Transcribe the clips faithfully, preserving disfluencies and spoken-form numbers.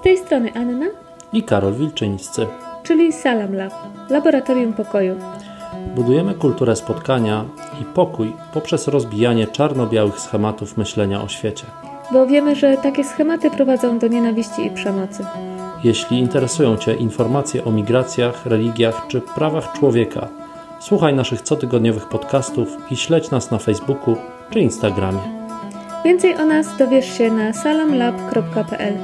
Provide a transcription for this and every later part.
tej strony Anna i Karol Wilczyńscy, czyli Salam Lab, Laboratorium Pokoju. Budujemy kulturę spotkania i pokój poprzez rozbijanie czarno-białych schematów myślenia o świecie. Bo wiemy, że takie schematy prowadzą do nienawiści i przemocy. Jeśli interesują Cię informacje o migracjach, religiach czy prawach człowieka, słuchaj naszych cotygodniowych podcastów i śledź nas na Facebooku czy Instagramie. Więcej o nas dowiesz się na salamlab kropka p l.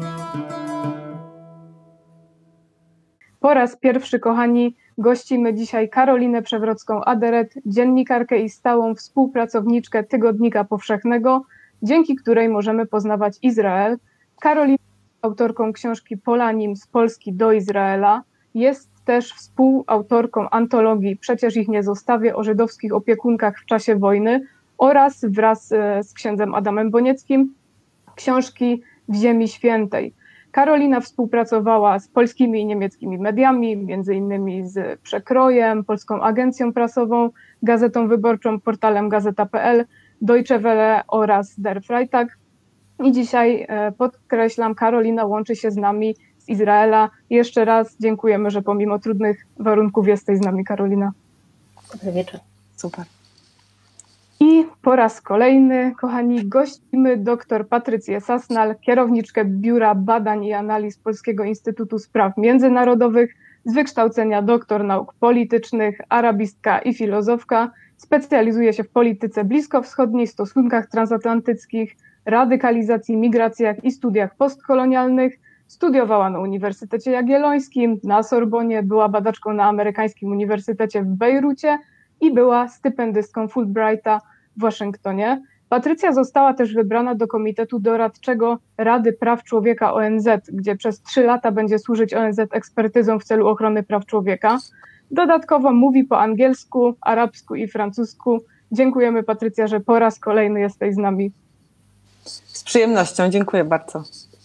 Po raz pierwszy, kochani, gościmy dzisiaj Karolinę Przewrocką-Aderet, dziennikarkę i stałą współpracowniczkę Tygodnika Powszechnego, dzięki której możemy poznawać Izrael. Karolina jest autorką książki Polanim z Polski do Izraela, jest też współautorką antologii Przecież ich nie zostawię o żydowskich opiekunkach w czasie wojny oraz wraz z księdzem Adamem Bonieckim książki W Ziemi Świętej. Karolina współpracowała z polskimi i niemieckimi mediami, między innymi z Przekrojem, Polską Agencją Prasową, Gazetą Wyborczą, portalem gazeta kropka p l, Deutsche Welle oraz Der Freitag. I dzisiaj, podkreślam, Karolina łączy się z nami z Izraela. Jeszcze raz dziękujemy, że pomimo trudnych warunków jesteś z nami, Karolina. Dobry wieczór. Super. I po raz kolejny, kochani, gościmy dr Patrycję Sasnal, kierowniczkę Biura Badań i Analiz Polskiego Instytutu Spraw Międzynarodowych, z wykształcenia doktor nauk politycznych, arabistka i filozofka. Specjalizuje się w polityce bliskowschodniej, stosunkach transatlantyckich, radykalizacji, migracjach i studiach postkolonialnych. Studiowała na Uniwersytecie Jagiellońskim, na Sorbonie, była badaczką na amerykańskim Uniwersytecie w Bejrucie i była stypendystką Fulbrighta w Waszyngtonie. Patrycja została też wybrana do Komitetu Doradczego Rady Praw Człowieka O N Z, gdzie przez trzy lata będzie służyć O N Z ekspertyzą w celu ochrony praw człowieka. Dodatkowo mówi po angielsku, arabsku i francusku. Dziękujemy, Patrycja, że po raz kolejny jesteś z nami. Z przyjemnością, dziękuję bardzo.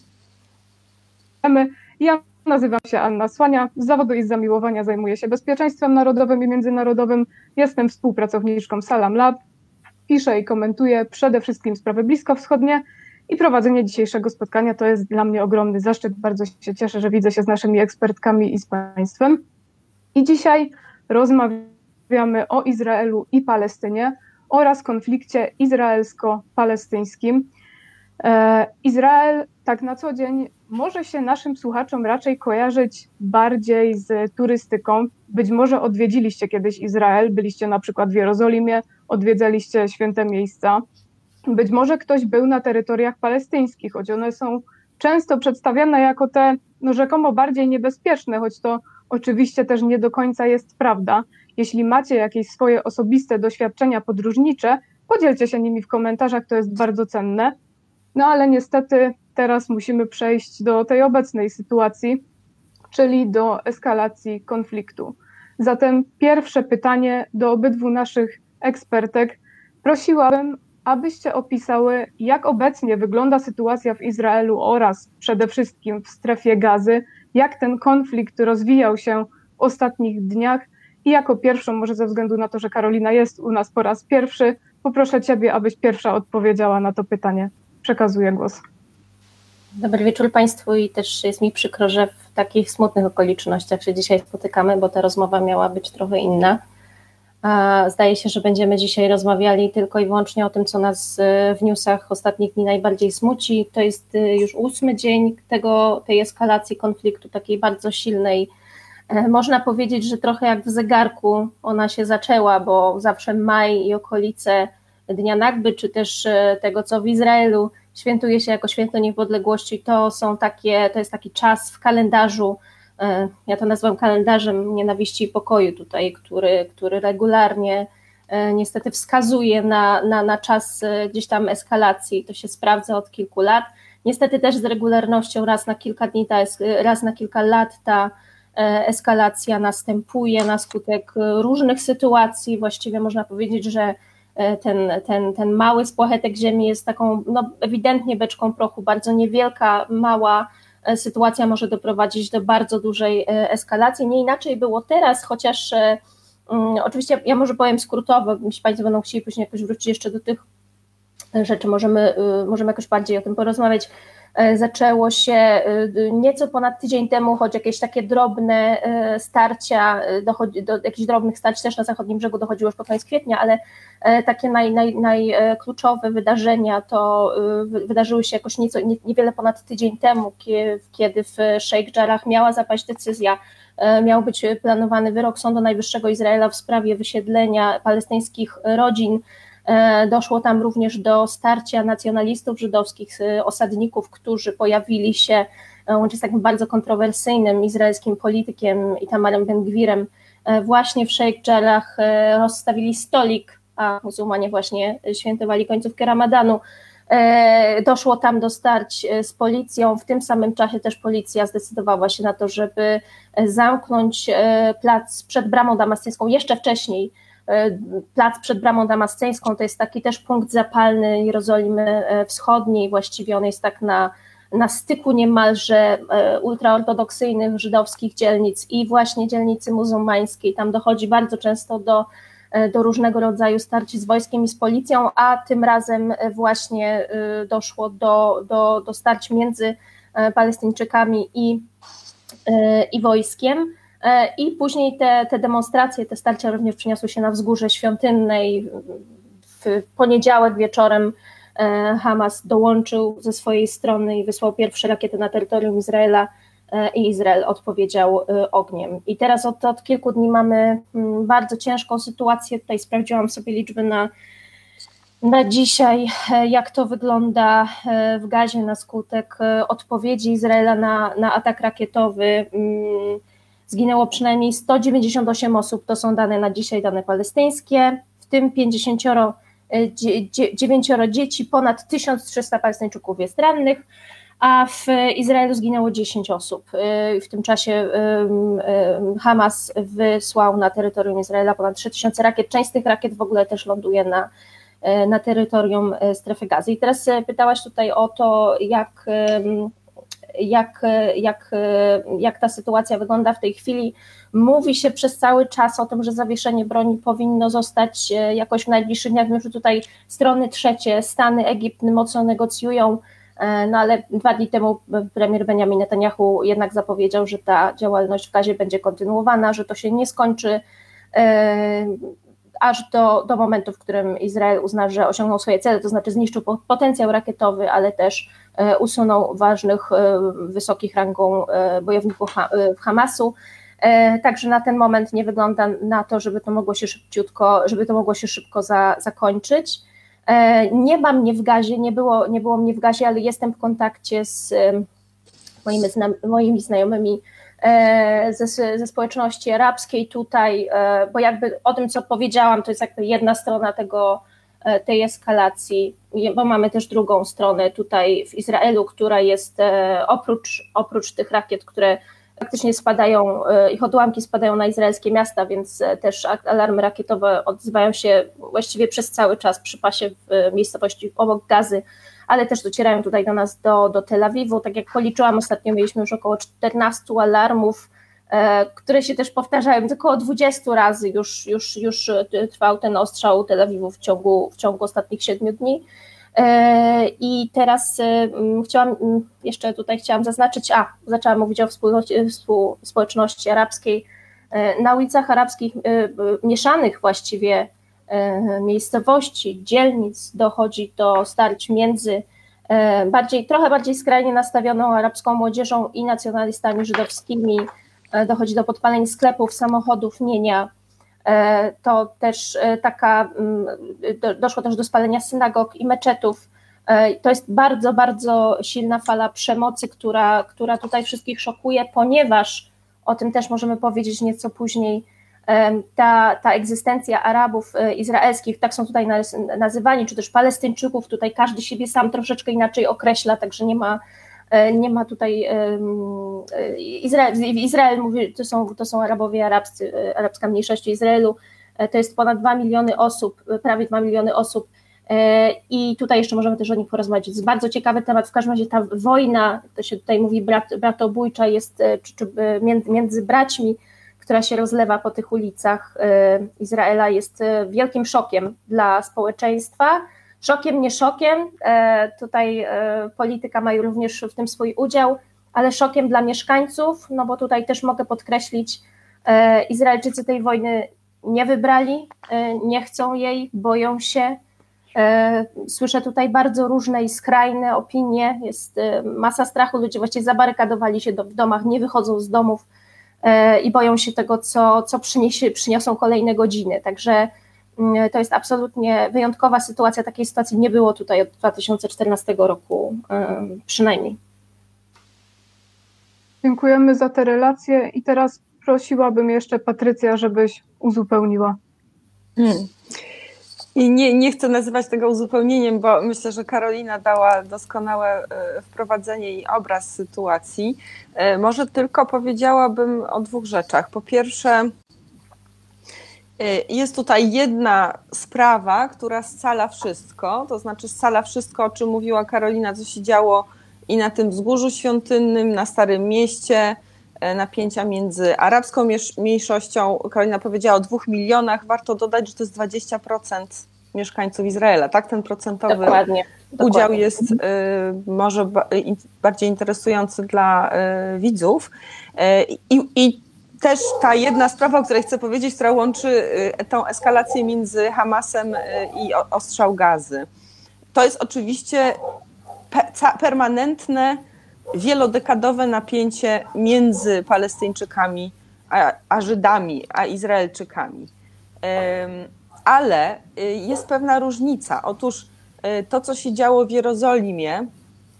Ja nazywam się Anna Słania, z zawodu i z zamiłowania zajmuję się bezpieczeństwem narodowym i międzynarodowym. Jestem współpracowniczką Salam Lab, piszę i komentuję przede wszystkim sprawy bliskowschodnie i prowadzenie dzisiejszego spotkania to jest dla mnie ogromny zaszczyt. Bardzo się cieszę, że widzę się z naszymi ekspertkami i z Państwem. I dzisiaj rozmawiamy o Izraelu i Palestynie oraz konflikcie izraelsko-palestyńskim. Izrael tak na co dzień może się naszym słuchaczom raczej kojarzyć bardziej z turystyką. Być może odwiedziliście kiedyś Izrael, byliście na przykład w Jerozolimie, odwiedzaliście święte miejsca. Być może ktoś był na terytoriach palestyńskich, choć one są często przedstawiane jako te no, rzekomo bardziej niebezpieczne, choć to oczywiście też nie do końca jest prawda. Jeśli macie jakieś swoje osobiste doświadczenia podróżnicze, podzielcie się nimi w komentarzach, to jest bardzo cenne. No ale niestety teraz musimy przejść do tej obecnej sytuacji, czyli do eskalacji konfliktu. Zatem pierwsze pytanie do obydwu naszych ekspertek. Prosiłabym, abyście opisały, jak obecnie wygląda sytuacja w Izraelu oraz przede wszystkim w strefie Gazy, jak ten konflikt rozwijał się w ostatnich dniach i jako pierwszą, może ze względu na to, że Karolina jest u nas po raz pierwszy, poproszę Ciebie, abyś pierwsza odpowiedziała na to pytanie. Przekazuję głos. Dobry wieczór Państwu i też jest mi przykro, że w takich smutnych okolicznościach się dzisiaj spotykamy, bo ta rozmowa miała być trochę inna. Zdaje się, że będziemy dzisiaj rozmawiali tylko i wyłącznie o tym, co nas w newsach ostatnich dni najbardziej smuci. To jest już ósmy dzień tego, tej eskalacji konfliktu, takiej bardzo silnej. Można powiedzieć, że trochę jak w zegarku ona się zaczęła, bo zawsze maj i okolice Dnia Nakby, czy też tego, co w Izraelu świętuje się jako Święto Niepodległości, to są takie, to jest taki czas w kalendarzu, ja to nazywam kalendarzem nienawiści i pokoju tutaj, który, który regularnie niestety wskazuje na, na, na czas gdzieś tam eskalacji, to się sprawdza od kilku lat, niestety też z regularnością raz na kilka dni, ta, raz na kilka lat ta eskalacja następuje na skutek różnych sytuacji, właściwie można powiedzieć, że Ten, ten, ten mały spłachetek ziemi jest taką no, ewidentnie beczką prochu, bardzo niewielka, mała sytuacja może doprowadzić do bardzo dużej eskalacji. Nie inaczej było teraz, chociaż um, oczywiście ja może powiem skrótowo, jeśli Państwo będą chcieli później jakoś wrócić jeszcze do tych rzeczy, możemy, możemy jakoś bardziej o tym porozmawiać. zaczęło się nieco ponad tydzień temu, choć jakieś takie drobne starcia, dochodzi, do jakichś drobnych starć też na zachodnim brzegu dochodziło już pod koniec kwietnia, ale takie naj, naj, najkluczowe wydarzenia to wydarzyły się jakoś nieco, nie, niewiele ponad tydzień temu, kiedy w Sheikh Jarrah miała zapaść decyzja, miał być planowany wyrok Sądu Najwyższego Izraela w sprawie wysiedlenia palestyńskich rodzin. Doszło tam również do starcia nacjonalistów żydowskich, osadników, którzy pojawili się łącznie z takim bardzo kontrowersyjnym izraelskim politykiem Itamarem Ben-Gwirem właśnie w Sheikh Jarrah, rozstawili stolik, a muzułmanie właśnie świętowali końcówkę Ramadanu. Doszło tam do starć z policją, w tym samym czasie też policja zdecydowała się na to, żeby zamknąć plac przed bramą damasceńską jeszcze wcześniej. Plac przed bramą damasceńską to jest taki też punkt zapalny Jerozolimy Wschodniej, właściwie on jest tak na, na styku niemalże ultraortodoksyjnych żydowskich dzielnic i właśnie dzielnicy muzułmańskiej. Tam dochodzi bardzo często do, do różnego rodzaju starć z wojskiem i z policją, a tym razem właśnie doszło do, do, do starć między Palestyńczykami i, i wojskiem. I później te, te demonstracje, te starcia również przeniosły się na Wzgórze Świątynne i w poniedziałek wieczorem Hamas dołączył ze swojej strony i wysłał pierwsze rakiety na terytorium Izraela i Izrael odpowiedział ogniem. I teraz od, od kilku dni mamy bardzo ciężką sytuację, tutaj sprawdziłam sobie liczby na, na dzisiaj, jak to wygląda w Gazie na skutek odpowiedzi Izraela na, na atak rakietowy. Zginęło przynajmniej sto dziewięćdziesiąt osiem osób, to są dane na dzisiaj, dane palestyńskie, w tym pięćdziesiąt dziewięć dzieci, ponad tysiąc trzysta Palestyńczyków jest rannych, a w Izraelu zginęło dziesięć osób. W tym czasie Hamas wysłał na terytorium Izraela ponad trzy tysiące rakiet, część z tych rakiet w ogóle też ląduje na, na terytorium strefy Gazy. I teraz pytałaś tutaj o to, jak... Jak, jak, jak ta sytuacja wygląda w tej chwili. Mówi się przez cały czas o tym, że zawieszenie broni powinno zostać jakoś w najbliższych dniach, wiem, że tutaj strony trzecie, Stany, Egipt mocno negocjują, no ale dwa dni temu premier Benjamin Netanyahu jednak zapowiedział, że ta działalność w Gazie będzie kontynuowana, że to się nie skończy aż do, do momentu, w którym Izrael uzna, że osiągnął swoje cele, to znaczy zniszczył potencjał rakietowy, ale też usunął ważnych, wysokich rangą bojowników Hamasu. Także na ten moment nie wygląda na to, żeby to mogło się szybciutko, żeby to mogło się szybko za, zakończyć. Nie ma mnie w Gazie, nie było, nie było mnie w Gazie, ale jestem w kontakcie z moimi, moimi znajomymi Ze, ze społeczności arabskiej tutaj, bo jakby o tym, co powiedziałam, to jest jakby jedna strona tego, tej eskalacji, bo mamy też drugą stronę tutaj w Izraelu, która jest oprócz, oprócz tych rakiet, które faktycznie spadają, ich odłamki spadają na izraelskie miasta, więc też alarmy rakietowe odzywają się właściwie przez cały czas przy pasie w miejscowości obok Gazy, ale też docierają tutaj do nas, do, do Tel Awiwu. Tak jak policzyłam, ostatnio mieliśmy już około czternastu alarmów, e, które się też powtarzają, więc około dwudziestu razy już, już, już trwał ten ostrzał Tel Awiwu w ciągu, w ciągu ostatnich siedmiu dni. E, I teraz e, chciałam, jeszcze tutaj chciałam zaznaczyć, a zaczęłam mówić o wspólnocie, współ, społeczności arabskiej. E, na ulicach arabskich, e, mieszanych właściwie, miejscowości, dzielnic dochodzi do starć między bardziej, trochę bardziej skrajnie nastawioną arabską młodzieżą i nacjonalistami żydowskimi. Dochodzi do podpaleń sklepów, samochodów, mienia. To też taka, doszło też do spalenia synagog i meczetów. To jest bardzo, bardzo silna fala przemocy, która, która tutaj wszystkich szokuje, ponieważ, o tym też możemy powiedzieć nieco później, Ta, ta egzystencja Arabów izraelskich, tak są tutaj nazywani, czy też Palestyńczyków, tutaj każdy siebie sam troszeczkę inaczej określa, także nie ma, nie ma tutaj, Izrael, Izrael mówi, to są, to są Arabowie arabscy, arabska mniejszość Izraelu, to jest ponad dwa miliony osób, prawie dwa miliony osób i tutaj jeszcze możemy też o nich porozmawiać, to jest bardzo ciekawy temat, w każdym razie ta wojna, to się tutaj mówi brat, bratobójcza jest czy, czy między, między braćmi, która się rozlewa po tych ulicach Izraela, jest wielkim szokiem dla społeczeństwa, Szokiem, nie szokiem, tutaj polityka ma również w tym swój udział, ale szokiem dla mieszkańców, no bo tutaj też mogę podkreślić, Izraelczycy tej wojny nie wybrali, nie chcą jej, boją się. Słyszę tutaj bardzo różne i skrajne opinie, jest masa strachu, ludzie właściwie zabarykadowali się w domach, nie wychodzą z domów i boją się tego, co, co przyniesie, przyniosą kolejne godziny, także to jest absolutnie wyjątkowa sytuacja, takiej sytuacji nie było tutaj od dwa tysiące czternastego roku przynajmniej. Dziękujemy za te relacje i teraz prosiłabym jeszcze Patrycja, żebyś uzupełniła. Hmm. I nie, nie chcę nazywać tego uzupełnieniem, bo myślę, że Karolina dała doskonałe wprowadzenie i obraz sytuacji. Może tylko powiedziałabym o dwóch rzeczach. Po pierwsze, jest tutaj jedna sprawa, która scala wszystko, to znaczy scala wszystko, o czym mówiła Karolina, co się działo i na tym wzgórzu świątynnym, na Starym Mieście, napięcia między arabską mniejszością. Karolina powiedziała o dwóch milionach. Warto dodać, że to jest dwadzieścia procent mieszkańców Izraela. Tak, ten procentowy dokładnie, udział dokładnie. jest y, może ba, y, bardziej interesujący dla y, widzów. Y, I też ta jedna sprawa, o której chcę powiedzieć, która łączy y, tą eskalację między Hamasem y, i ostrzał gazy. To jest oczywiście pe, ca, permanentne, wielodekadowe napięcie między Palestyńczykami a, a Żydami, a Izraelczykami. Ale jest pewna różnica. Otóż to, co się działo w Jerozolimie,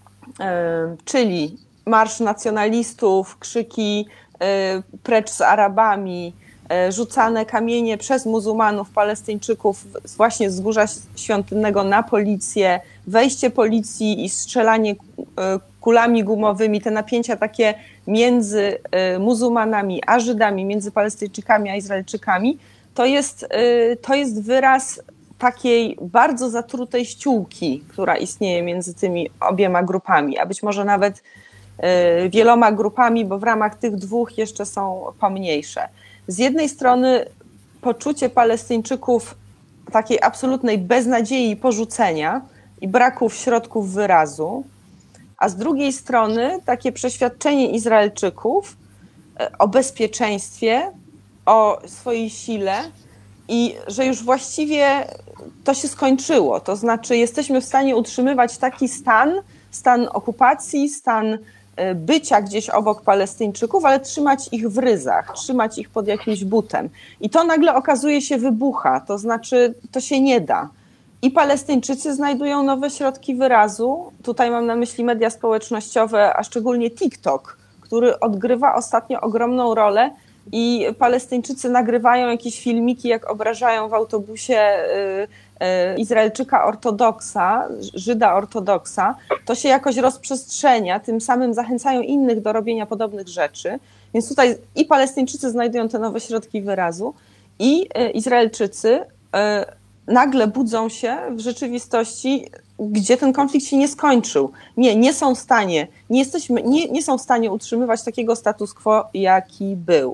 czyli marsz nacjonalistów, krzyki precz z Arabami, rzucane kamienie przez muzułmanów, Palestyńczyków właśnie z wzgórza świątynnego na policję, wejście policji i strzelanie kulami gumowymi, te napięcia takie między muzułmanami a Żydami, między Palestyńczykami a Izraelczykami, to jest, to jest wyraz takiej bardzo zatrutej ściółki, która istnieje między tymi obiema grupami, a być może nawet wieloma grupami, bo w ramach tych dwóch jeszcze są pomniejsze. Z jednej strony poczucie Palestyńczyków takiej absolutnej beznadziei i porzucenia i braków środków wyrazu, a z drugiej strony takie przeświadczenie Izraelczyków o bezpieczeństwie, o swojej sile i że już właściwie to się skończyło. To znaczy jesteśmy w stanie utrzymywać taki stan, stan okupacji, stan bycia gdzieś obok Palestyńczyków, ale trzymać ich w ryzach, trzymać ich pod jakimś butem. I to nagle okazuje się wybucha, to znaczy to się nie da. I Palestyńczycy znajdują nowe środki wyrazu. Tutaj mam na myśli media społecznościowe, a szczególnie TikTok, który odgrywa ostatnio ogromną rolę i Palestyńczycy nagrywają jakieś filmiki, jak obrażają w autobusie Izraelczyka ortodoksa, Żyda ortodoksa. To się jakoś rozprzestrzenia, tym samym zachęcają innych do robienia podobnych rzeczy. Więc tutaj i Palestyńczycy znajdują te nowe środki wyrazu i Izraelczycy nagle budzą się w rzeczywistości, gdzie ten konflikt się nie skończył. Nie, nie są w stanie, nie, jesteśmy, nie, nie są w stanie utrzymywać takiego status quo, jaki był.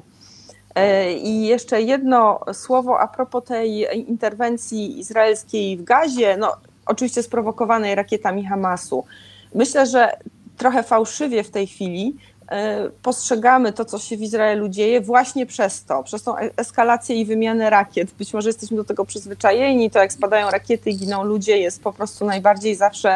I jeszcze jedno słowo a propos tej interwencji izraelskiej w Gazie, no oczywiście sprowokowanej rakietami Hamasu. Myślę, że trochę fałszywie w tej chwili postrzegamy to, co się w Izraelu dzieje właśnie przez to, przez tą eskalację i wymianę rakiet. Być może jesteśmy do tego przyzwyczajeni, to jak spadają rakiety i giną ludzie jest po prostu najbardziej zawsze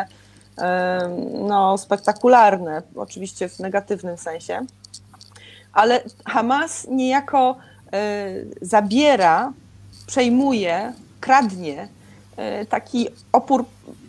no, spektakularne, oczywiście w negatywnym sensie. Ale Hamas niejako zabiera, przejmuje, kradnie taki opór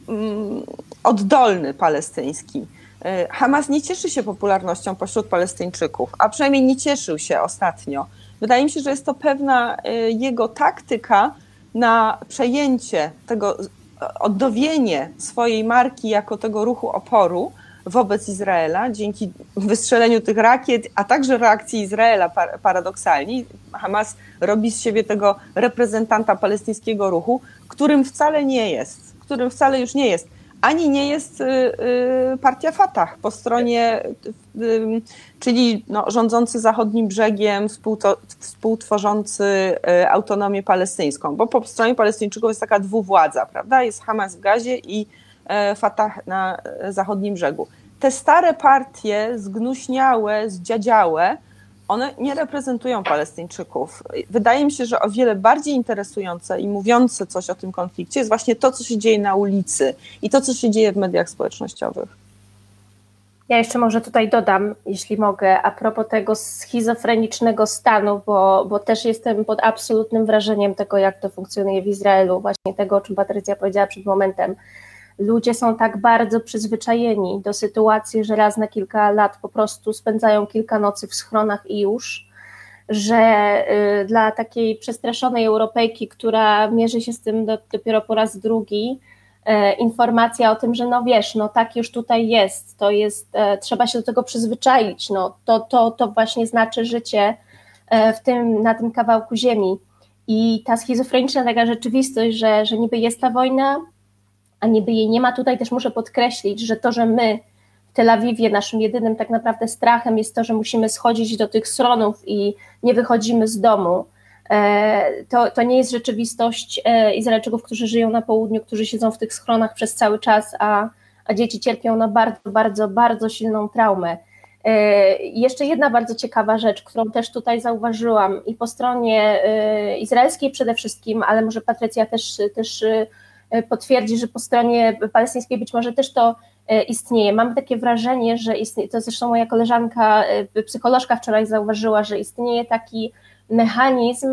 oddolny palestyński. Hamas nie cieszy się popularnością pośród Palestyńczyków, a przynajmniej nie cieszył się ostatnio. Wydaje mi się, że jest to pewna jego taktyka na przejęcie tego, oddowienie swojej marki jako tego ruchu oporu wobec Izraela dzięki wystrzeleniu tych rakiet, a także reakcji Izraela paradoksalnie. Hamas robi z siebie tego reprezentanta palestyńskiego ruchu, którym wcale nie jest, którym wcale już nie jest. ani nie jest partia Fatah po stronie, czyli no, rządzący zachodnim brzegiem, współtworzący autonomię palestyńską, bo po stronie Palestyńczyków jest taka dwuwładza, prawda? Jest Hamas w Gazie i Fatah na zachodnim brzegu. Te stare partie, zgnuśniałe, zdziadziałe, one nie reprezentują Palestyńczyków. Wydaje mi się, że o wiele bardziej interesujące i mówiące coś o tym konflikcie jest właśnie to, co się dzieje na ulicy i to, co się dzieje w mediach społecznościowych. Ja jeszcze może tutaj dodam, jeśli mogę, a propos tego schizofrenicznego stanu, bo, bo też jestem pod absolutnym wrażeniem tego, jak to funkcjonuje w Izraelu, właśnie tego, o czym Patrycja powiedziała przed momentem. Ludzie są tak bardzo przyzwyczajeni do sytuacji, że raz na kilka lat po prostu spędzają kilka nocy w schronach i już, że y, dla takiej przestraszonej Europejki, która mierzy się z tym do, dopiero po raz drugi, y, informacja o tym, że no wiesz, no tak już tutaj jest, to jest, y, trzeba się do tego przyzwyczaić, no to, to, to właśnie znaczy życie y, w tym, na tym kawałku ziemi. I ta schizofreniczna taka rzeczywistość, że, że niby jest ta wojna, a niby jej nie ma. Tutaj też muszę podkreślić, że to, że my w Tel Awiwie naszym jedynym tak naprawdę strachem jest to, że musimy schodzić do tych schronów i nie wychodzimy z domu, to, to nie jest rzeczywistość Izraelczyków, którzy żyją na południu, którzy siedzą w tych schronach przez cały czas, a, a dzieci cierpią na bardzo, bardzo, bardzo silną traumę. Jeszcze jedna bardzo ciekawa rzecz, którą też tutaj zauważyłam i po stronie izraelskiej przede wszystkim, ale może Patrycja też, też potwierdzi, że po stronie palestyńskiej być może też to istnieje. Mam takie wrażenie, że istnieje, to zresztą moja koleżanka, psycholożka wczoraj zauważyła, że istnieje taki mechanizm,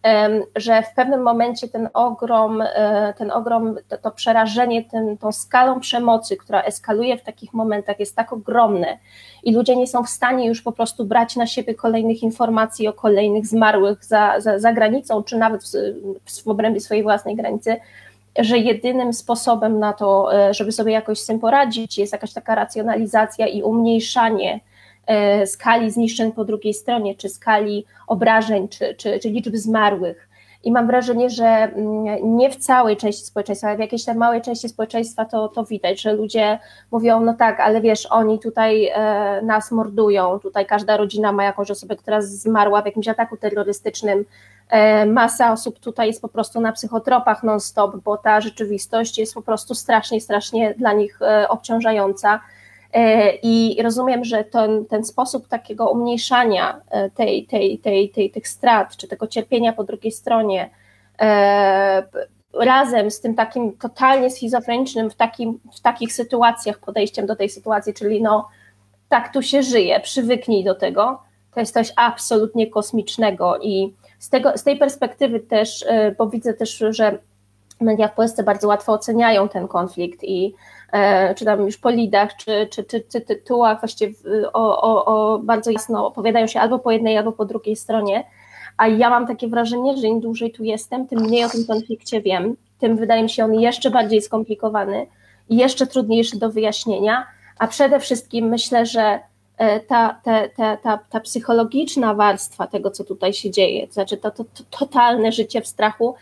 że w pewnym momencie ten ogrom, ten ogrom, to, to przerażenie ten, tą skalą przemocy, która eskaluje w takich momentach, jest tak ogromne i ludzie nie są w stanie już po prostu brać na siebie kolejnych informacji o kolejnych zmarłych za, za, za granicą, czy nawet w, w obrębie swojej własnej granicy, że jedynym sposobem na to, żeby sobie jakoś z tym poradzić, jest jakaś taka racjonalizacja i umniejszanie skali zniszczeń po drugiej stronie, czy skali obrażeń, czy, czy, czy liczby zmarłych. I mam wrażenie, że nie w całej części społeczeństwa, ale w jakiejś tam małej części społeczeństwa to, to widać, że ludzie mówią, no tak, ale wiesz, oni tutaj e, nas mordują, tutaj każda rodzina ma jakąś osobę, która zmarła w jakimś ataku terrorystycznym, e, masa osób tutaj jest po prostu na psychotropach non-stop, bo ta rzeczywistość jest po prostu strasznie, strasznie dla nich e, obciążająca. I rozumiem, że ten, ten sposób takiego umniejszania tej, tej, tej, tej, tych strat, czy tego cierpienia po drugiej stronie, e, razem z tym takim totalnie schizofrenicznym w, takim, w takich sytuacjach podejściem do tej sytuacji, czyli no tak tu się żyje, przywyknij do tego, to jest coś absolutnie kosmicznego i z, tego, z tej perspektywy też, bo widzę też, że media w Polsce bardzo łatwo oceniają ten konflikt i czy tam już po lidach, czy, czy, czy, czy tytułach właściwie o, o, o bardzo jasno opowiadają się albo po jednej, albo po drugiej stronie, a ja mam takie wrażenie, że im dłużej tu jestem, tym mniej o tym konflikcie wiem, tym wydaje mi się on jeszcze bardziej skomplikowany i jeszcze trudniejszy do wyjaśnienia, a przede wszystkim myślę, że ta, ta, ta, ta, ta psychologiczna warstwa tego, co tutaj się dzieje, to znaczy to, to, to totalne życie w strachu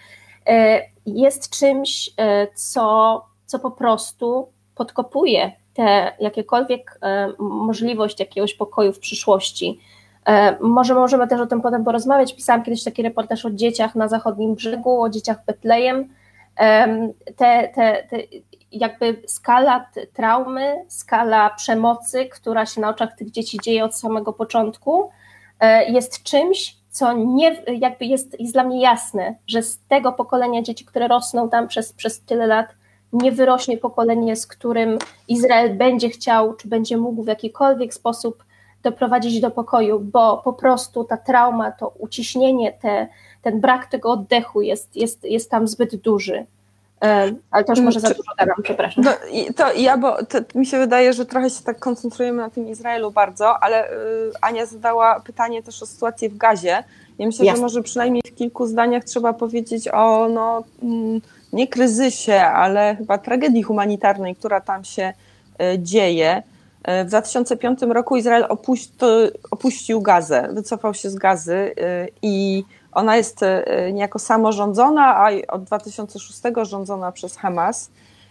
jest czymś, co, co po prostu podkopuje tę jakiekolwiek e, możliwość jakiegoś pokoju w przyszłości. E, może możemy też o tym potem porozmawiać. Pisałam kiedyś taki reportaż o dzieciach na zachodnim brzegu, o dzieciach Betlejem. E, te, te, te, jakby skala traumy, skala przemocy, która się na oczach tych dzieci dzieje od samego początku, e, jest czymś, co nie, jakby jest, jest dla mnie jasne, że z tego pokolenia dzieci, które rosną tam przez, przez tyle lat, nie wyrośnie pokolenie, z którym Izrael będzie chciał, czy będzie mógł w jakikolwiek sposób doprowadzić do pokoju, bo po prostu ta trauma, to uciśnienie, te, ten brak tego oddechu jest, jest, jest tam zbyt duży. Ale to już może za dużo gadam, przepraszam. No, to ja, bo to, mi się wydaje, że trochę się tak koncentrujemy na tym Izraelu bardzo, ale y, Ania zadała pytanie też o sytuację w Gazie. Ja myślę, Jasne. że może przynajmniej w kilku zdaniach trzeba powiedzieć o no, mm, nie kryzysie, ale chyba tragedii humanitarnej, która tam się y, dzieje. W dwa tysiące piątym roku Izrael opuści, opuścił Gazę, wycofał się z Gazy y, i ona jest niejako samorządzona, a od dwa tysiące szóstego rządzona przez Hamas.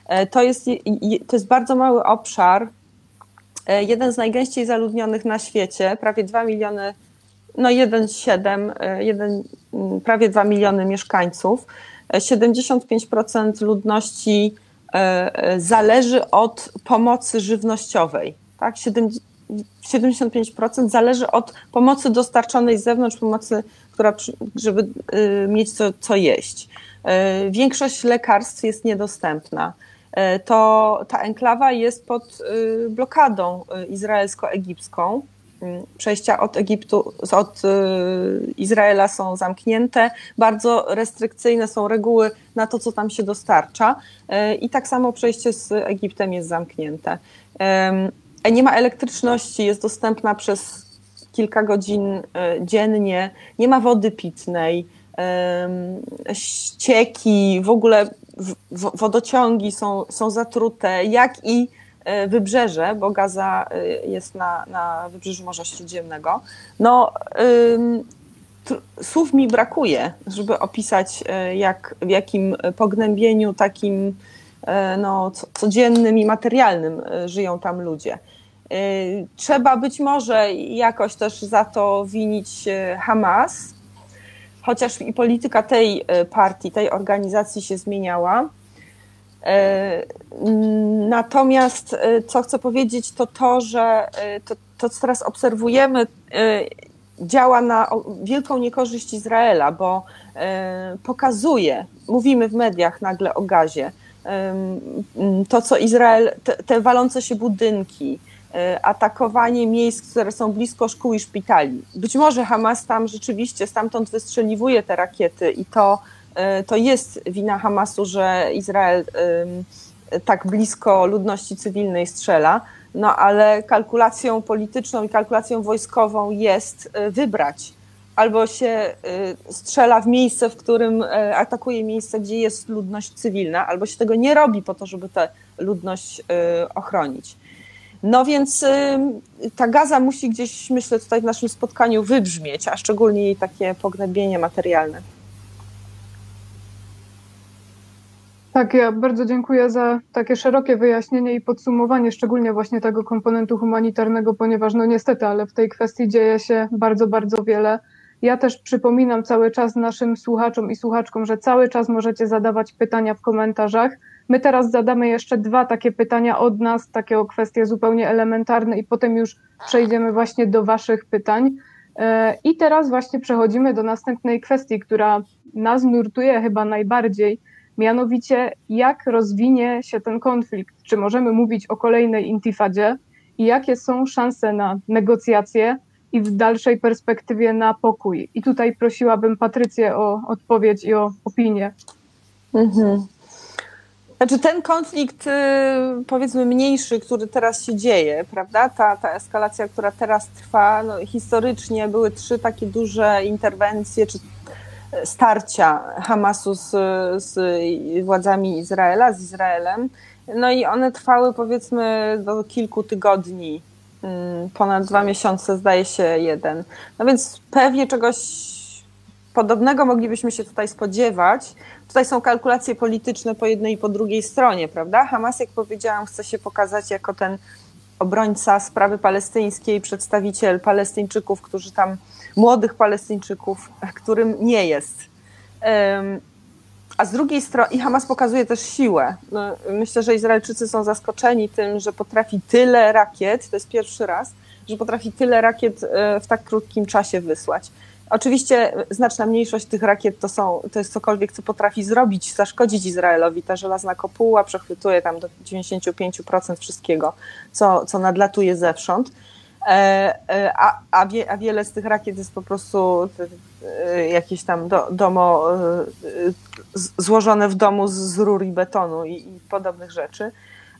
To jest, to jest bardzo mały obszar, jeden z najgęściej zaludnionych na świecie, prawie dwa miliony, no jeden przecinek siedem, jeden, prawie dwa miliony mieszkańców. siedemdziesiąt pięć procent ludności zależy od pomocy żywnościowej, tak? siedemdziesiąt pięć procent zależy od pomocy dostarczonej z zewnątrz, pomocy, która, żeby mieć co, co jeść. Większość lekarstw jest niedostępna. To ta enklawa jest pod blokadą izraelsko-egipską. Przejścia od Egiptu, od Izraela są zamknięte, bardzo restrykcyjne są reguły na to, co tam się dostarcza i tak samo przejście z Egiptem jest zamknięte. Nie ma elektryczności, jest dostępna przez kilka godzin dziennie, nie ma wody pitnej, ścieki, w ogóle wodociągi są, są zatrute, jak i wybrzeże, bo Gaza jest na, na wybrzeżu Morza Śródziemnego. No, ym, słów mi brakuje, żeby opisać, jak, w jakim pognębieniu takim no, codziennym i materialnym żyją tam ludzie. Trzeba być może jakoś też za to winić Hamas, chociaż i polityka tej partii, tej organizacji się zmieniała. Natomiast co chcę powiedzieć, to to, że to, to co teraz obserwujemy, działa na wielką niekorzyść Izraela, bo pokazuje, mówimy w mediach nagle o Gazie, to co Izrael, te, te walące się budynki, atakowanie miejsc, które są blisko szkół i szpitali. Być może Hamas tam rzeczywiście stamtąd wystrzeliwuje te rakiety i to, to jest wina Hamasu, że Izrael tak blisko ludności cywilnej strzela, no ale kalkulacją polityczną i kalkulacją wojskową jest wybrać. Albo się strzela w miejsce, w którym atakuje miejsce, gdzie jest ludność cywilna, albo się tego nie robi po to, żeby tę ludność ochronić. No więc ta Gaza musi gdzieś, myślę, tutaj w naszym spotkaniu wybrzmieć, a szczególnie jej takie pognębienie materialne. Tak, ja bardzo dziękuję za takie szerokie wyjaśnienie i podsumowanie, szczególnie właśnie tego komponentu humanitarnego, ponieważ no niestety, ale w tej kwestii dzieje się bardzo, bardzo wiele. Ja też przypominam cały czas naszym słuchaczom i słuchaczkom, że cały czas możecie zadawać pytania w komentarzach. My teraz zadamy jeszcze dwa takie pytania od nas, takie o kwestie zupełnie elementarne i potem już przejdziemy właśnie do waszych pytań. I teraz właśnie przechodzimy do następnej kwestii, która nas nurtuje chyba najbardziej, mianowicie jak rozwinie się ten konflikt, czy możemy mówić o kolejnej intifadzie i jakie są szanse na negocjacje i w dalszej perspektywie na pokój. I tutaj prosiłabym Patrycję o odpowiedź i o opinię. Mhm. Znaczy ten konflikt, powiedzmy mniejszy, który teraz się dzieje, prawda, ta, ta eskalacja, która teraz trwa, no, historycznie były trzy takie duże interwencje, czy starcia Hamasu z, z władzami Izraela, z Izraelem, no i one trwały powiedzmy do kilku tygodni, ponad dwa miesiące zdaje się jeden, no więc pewnie czegoś podobnego moglibyśmy się tutaj spodziewać. Tutaj są kalkulacje polityczne po jednej i po drugiej stronie, prawda? Hamas, jak powiedziałam, chce się pokazać jako ten obrońca sprawy palestyńskiej, przedstawiciel Palestyńczyków, którzy tam, młodych Palestyńczyków, którym nie jest. A z drugiej strony, i Hamas pokazuje też siłę. No, myślę, że Izraelczycy są zaskoczeni tym, że potrafi tyle rakiet, to jest pierwszy raz, że potrafi tyle rakiet w tak krótkim czasie wysłać. Oczywiście znaczna mniejszość tych rakiet to, są, to jest cokolwiek, co potrafi zrobić, zaszkodzić Izraelowi. Ta żelazna kopuła przechwytuje tam do dziewięćdziesiąt pięć procent wszystkiego, co, co nadlatuje zewsząd. A, a, wie, a wiele z tych rakiet jest po prostu jakieś tam do, domo, złożone w domu z, z rur i betonu i, i podobnych rzeczy.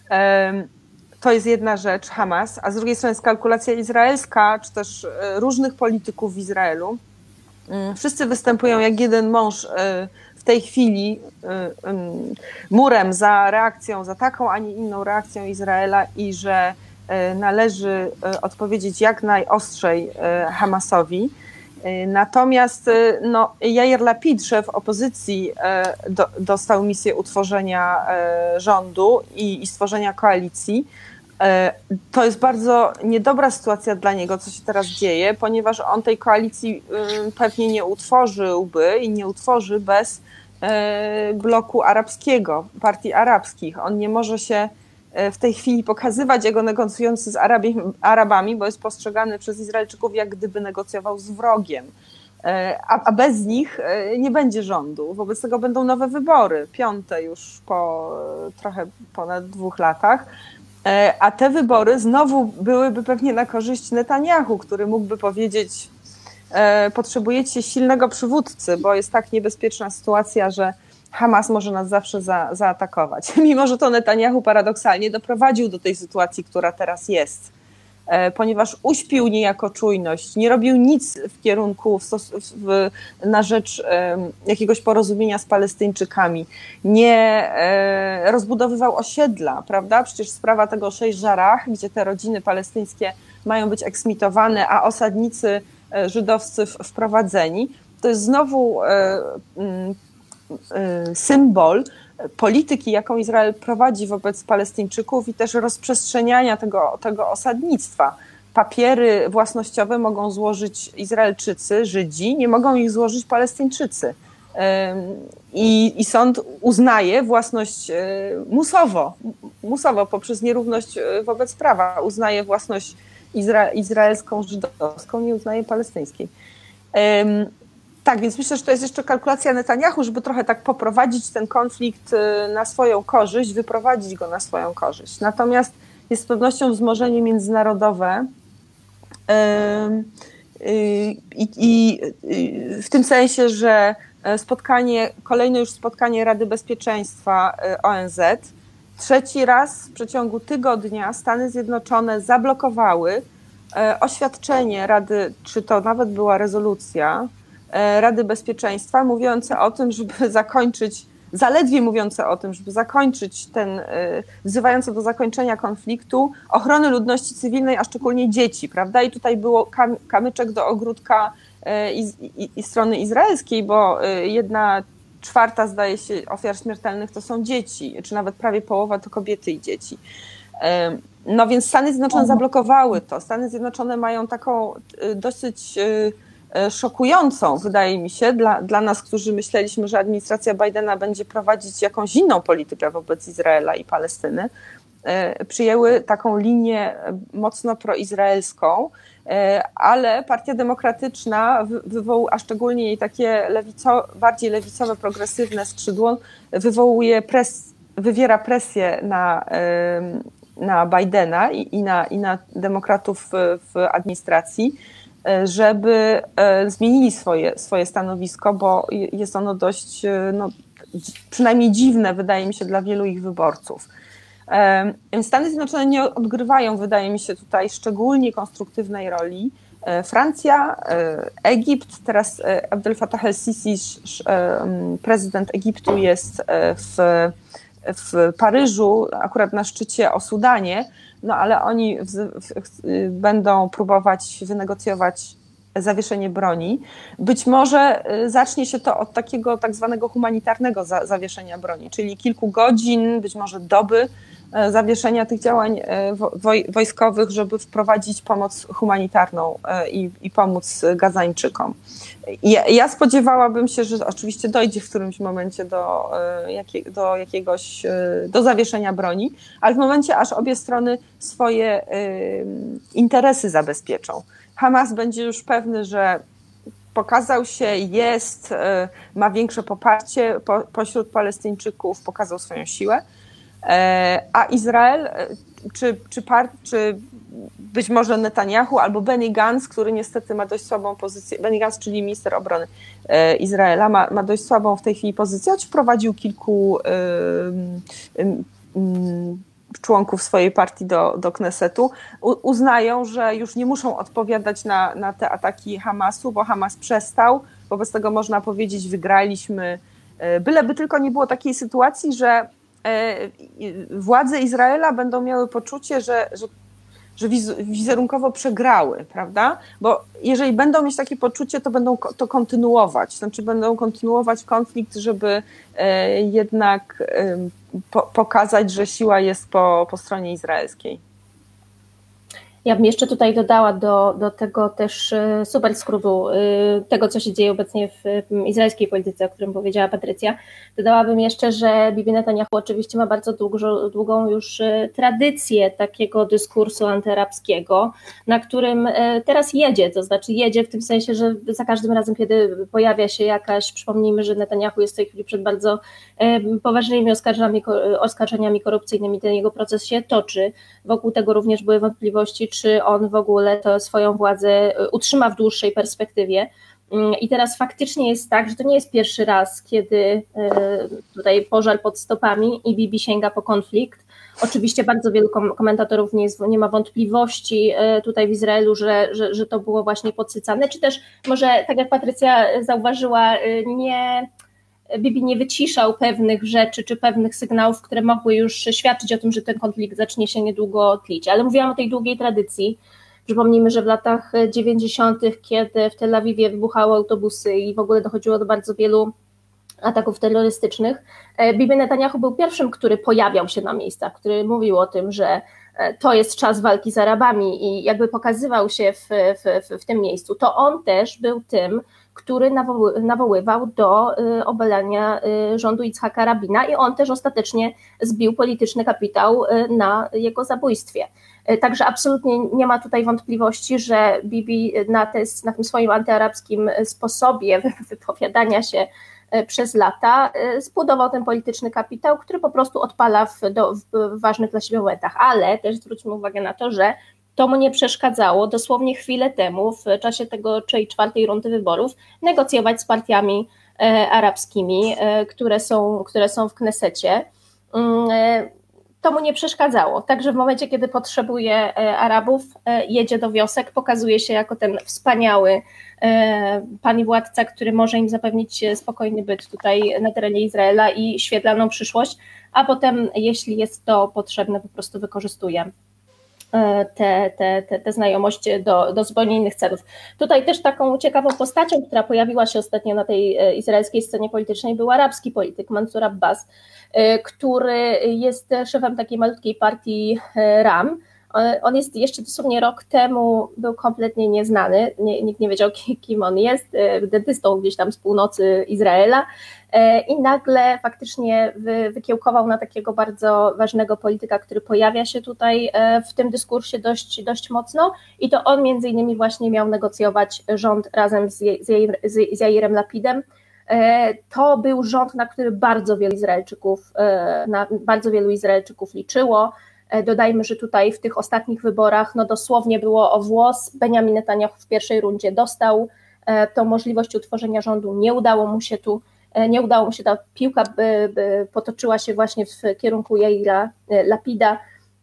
To jest jedna rzecz, Hamas, a z drugiej strony jest kalkulacja izraelska, czy też różnych polityków w Izraelu. Wszyscy występują jak jeden mąż w tej chwili murem za reakcją, za taką, a nie inną reakcją Izraela i że należy odpowiedzieć jak najostrzej Hamasowi. Natomiast no, Jair Lapid, szef opozycji, do, dostał misję utworzenia rządu i, i stworzenia koalicji. To jest bardzo niedobra sytuacja dla niego, co się teraz dzieje, ponieważ on tej koalicji pewnie nie utworzyłby i nie utworzy bez bloku arabskiego, partii arabskich. On nie może się w tej chwili pokazywać jako negocjujący z Arabii, Arabami, bo jest postrzegany przez Izraelczyków, jak gdyby negocjował z wrogiem. A, a bez nich nie będzie rządu. Wobec tego będą nowe wybory, piąte już po trochę ponad dwóch latach. A te wybory znowu byłyby pewnie na korzyść Netanyahu, który mógłby powiedzieć: potrzebujecie silnego przywódcy, bo jest tak niebezpieczna sytuacja, że Hamas może nas zawsze za, zaatakować. Mimo że to Netanyahu paradoksalnie doprowadził do tej sytuacji, która teraz jest, ponieważ uśpił niejako czujność, nie robił nic w kierunku w stos- w, na rzecz um, jakiegoś porozumienia z Palestyńczykami, nie e, rozbudowywał osiedla, prawda? Przecież sprawa tego Szejch Jarrah, gdzie te rodziny palestyńskie mają być eksmitowane, a osadnicy e, żydowscy w, wprowadzeni, to jest znowu e, m, e, symbol polityki, jaką Izrael prowadzi wobec Palestyńczyków i też rozprzestrzeniania tego, tego osadnictwa. Papiery własnościowe mogą złożyć Izraelczycy, Żydzi, nie mogą ich złożyć Palestyńczycy. I, i sąd uznaje własność musowo, musowo poprzez nierówność wobec prawa, uznaje własność izra, izraelską, żydowską, nie uznaje palestyńskiej. Tak, więc myślę, że to jest jeszcze kalkulacja Netanyahu, żeby trochę tak poprowadzić ten konflikt na swoją korzyść, wyprowadzić go na swoją korzyść. Natomiast jest z pewnością wzmożenie międzynarodowe i, i, i w tym sensie, że spotkanie, kolejne już spotkanie Rady Bezpieczeństwa O N Z, trzeci raz w przeciągu tygodnia Stany Zjednoczone zablokowały oświadczenie Rady, czy to nawet była rezolucja Rady Bezpieczeństwa mówiące o tym, żeby zakończyć, zaledwie mówiące o tym, żeby zakończyć ten, wzywające do zakończenia konfliktu, ochrony ludności cywilnej, a szczególnie dzieci, prawda? I tutaj było kam, kamyczek do ogródka i, i, i strony izraelskiej, bo jedna czwarta, zdaje się, ofiar śmiertelnych to są dzieci, czy nawet prawie połowa to kobiety i dzieci. No więc Stany Zjednoczone zablokowały to. Stany Zjednoczone mają taką dosyć szokującą, wydaje mi się, dla, dla nas, którzy myśleliśmy, że administracja Bidena będzie prowadzić jakąś inną politykę wobec Izraela i Palestyny, przyjęły taką linię mocno proizraelską, ale Partia Demokratyczna wywołuje, a szczególnie jej takie lewico, bardziej lewicowe, progresywne skrzydło, wywołuje pres, wywiera presję na, na Bidena i, i, na, i na demokratów w administracji, żeby zmienili swoje, swoje stanowisko, bo jest ono dość, no, przynajmniej dziwne, wydaje mi się, dla wielu ich wyborców. Stany Zjednoczone nie odgrywają, wydaje mi się, tutaj szczególnie konstruktywnej roli. Francja, Egipt, teraz Abdel Fattah el-Sisi, prezydent Egiptu, jest w, w Paryżu, akurat na szczycie o Sudanie, no ale oni w, w, będą próbować wynegocjować zawieszenie broni. Być może zacznie się to od takiego tak zwanego humanitarnego za, zawieszenia broni, czyli kilku godzin, być może doby zawieszenia tych działań woj, wojskowych, żeby wprowadzić pomoc humanitarną i, i pomóc Gazańczykom. Ja, ja spodziewałabym się, że oczywiście dojdzie w którymś momencie do, jakie, do jakiegoś, do zawieszenia broni, ale w momencie, aż obie strony swoje interesy zabezpieczą. Hamas będzie już pewny, że pokazał się, jest, ma większe poparcie po, pośród Palestyńczyków, pokazał swoją siłę, a Izrael, czy, czy, par, czy być może Netanyahu albo Benny Gantz, który niestety ma dość słabą pozycję, Benny Gantz, czyli minister obrony Izraela, ma, ma dość słabą w tej chwili pozycję, choć wprowadził kilku y, y, y, członków swojej partii do, do Knesetu, U, uznają, że już nie muszą odpowiadać na, na te ataki Hamasu, bo Hamas przestał, wobec tego można powiedzieć, wygraliśmy, byleby tylko nie było takiej sytuacji, że władze Izraela będą miały poczucie, że, że że wizerunkowo przegrały, prawda? Bo jeżeli będą mieć takie poczucie, to będą to kontynuować, znaczy będą kontynuować konflikt, żeby jednak pokazać, że siła jest po, po stronie izraelskiej. Ja bym jeszcze tutaj dodała do, do tego też super skrótu tego, co się dzieje obecnie w izraelskiej polityce, o którym powiedziała Patrycja. Dodałabym jeszcze, że Bibi Netanyahu oczywiście ma bardzo długo, długą już tradycję takiego dyskursu antyarabskiego, na którym teraz jedzie, to znaczy jedzie w tym sensie, że za każdym razem, kiedy pojawia się jakaś, przypomnijmy, że Netanyahu jest w tej chwili przed bardzo poważnymi oskarżeniami, oskarżeniami korupcyjnymi, ten jego proces się toczy. Wokół tego również były wątpliwości, czy on w ogóle to swoją władzę utrzyma w dłuższej perspektywie. I teraz faktycznie jest tak, że to nie jest pierwszy raz, kiedy tutaj pożar pod stopami i Bibi sięga po konflikt. Oczywiście bardzo wielu komentatorów nie, jest, nie ma wątpliwości tutaj w Izraelu, że, że, że to było właśnie podsycane, czy też może, tak jak Patrycja zauważyła, nie... Bibi nie wyciszał pewnych rzeczy czy pewnych sygnałów, które mogły już świadczyć o tym, że ten konflikt zacznie się niedługo tlić. Ale mówiłam o tej długiej tradycji. Przypomnijmy, że w latach dziewięćdziesiątych, kiedy w Tel Awiwie wybuchały autobusy i w ogóle dochodziło do bardzo wielu ataków terrorystycznych, Bibi Netanyahu był pierwszym, który pojawiał się na miejscach, który mówił o tym, że to jest czas walki z Arabami i jakby pokazywał się w, w, w tym miejscu. To on też był tym, który nawoływał do obalania rządu Itzhaka Rabina i on też ostatecznie zbił polityczny kapitał na jego zabójstwie. Także absolutnie nie ma tutaj wątpliwości, że Bibi na, te, na tym swoim antyarabskim sposobie wypowiadania się przez lata zbudował ten polityczny kapitał, który po prostu odpala w, do, w ważnych dla siebie momentach, ale też zwróćmy uwagę na to, że to mu nie przeszkadzało dosłownie chwilę temu, w czasie tego czyli czwartej rundy wyborów, negocjować z partiami e, arabskimi, e, które są, które są w Knesecie. E, to mu nie przeszkadzało. Także w momencie, kiedy potrzebuje e, Arabów, e, jedzie do wiosek, pokazuje się jako ten wspaniały e, pan i władca, który może im zapewnić spokojny byt tutaj na terenie Izraela i świetlaną przyszłość, a potem, jeśli jest to potrzebne, po prostu wykorzystuje Te, te, te, te znajomości do, do zupełnie innych celów. Tutaj też taką ciekawą postacią, która pojawiła się ostatnio na tej izraelskiej scenie politycznej, był arabski polityk Mansur Abbas, który jest szefem takiej malutkiej partii Ram. On jest jeszcze dosłownie rok temu był kompletnie nieznany, nie, nikt nie wiedział, kim on jest, dentystą gdzieś tam z północy Izraela i nagle faktycznie wy, wykiełkował na takiego bardzo ważnego polityka, który pojawia się tutaj w tym dyskursie dość, dość mocno i to on między innymi właśnie miał negocjować rząd razem z, z, z Jairem Lapidem. To był rząd, na który bardzo wielu Izraelczyków, na bardzo wielu Izraelczyków liczyło. Dodajmy, że tutaj w tych ostatnich wyborach no dosłownie było o włos. Benjamin Netanyahu w pierwszej rundzie dostał tą możliwość utworzenia rządu, nie udało mu się tu, nie udało mu się, ta piłka by, by potoczyła się właśnie w kierunku Jaira Lapida,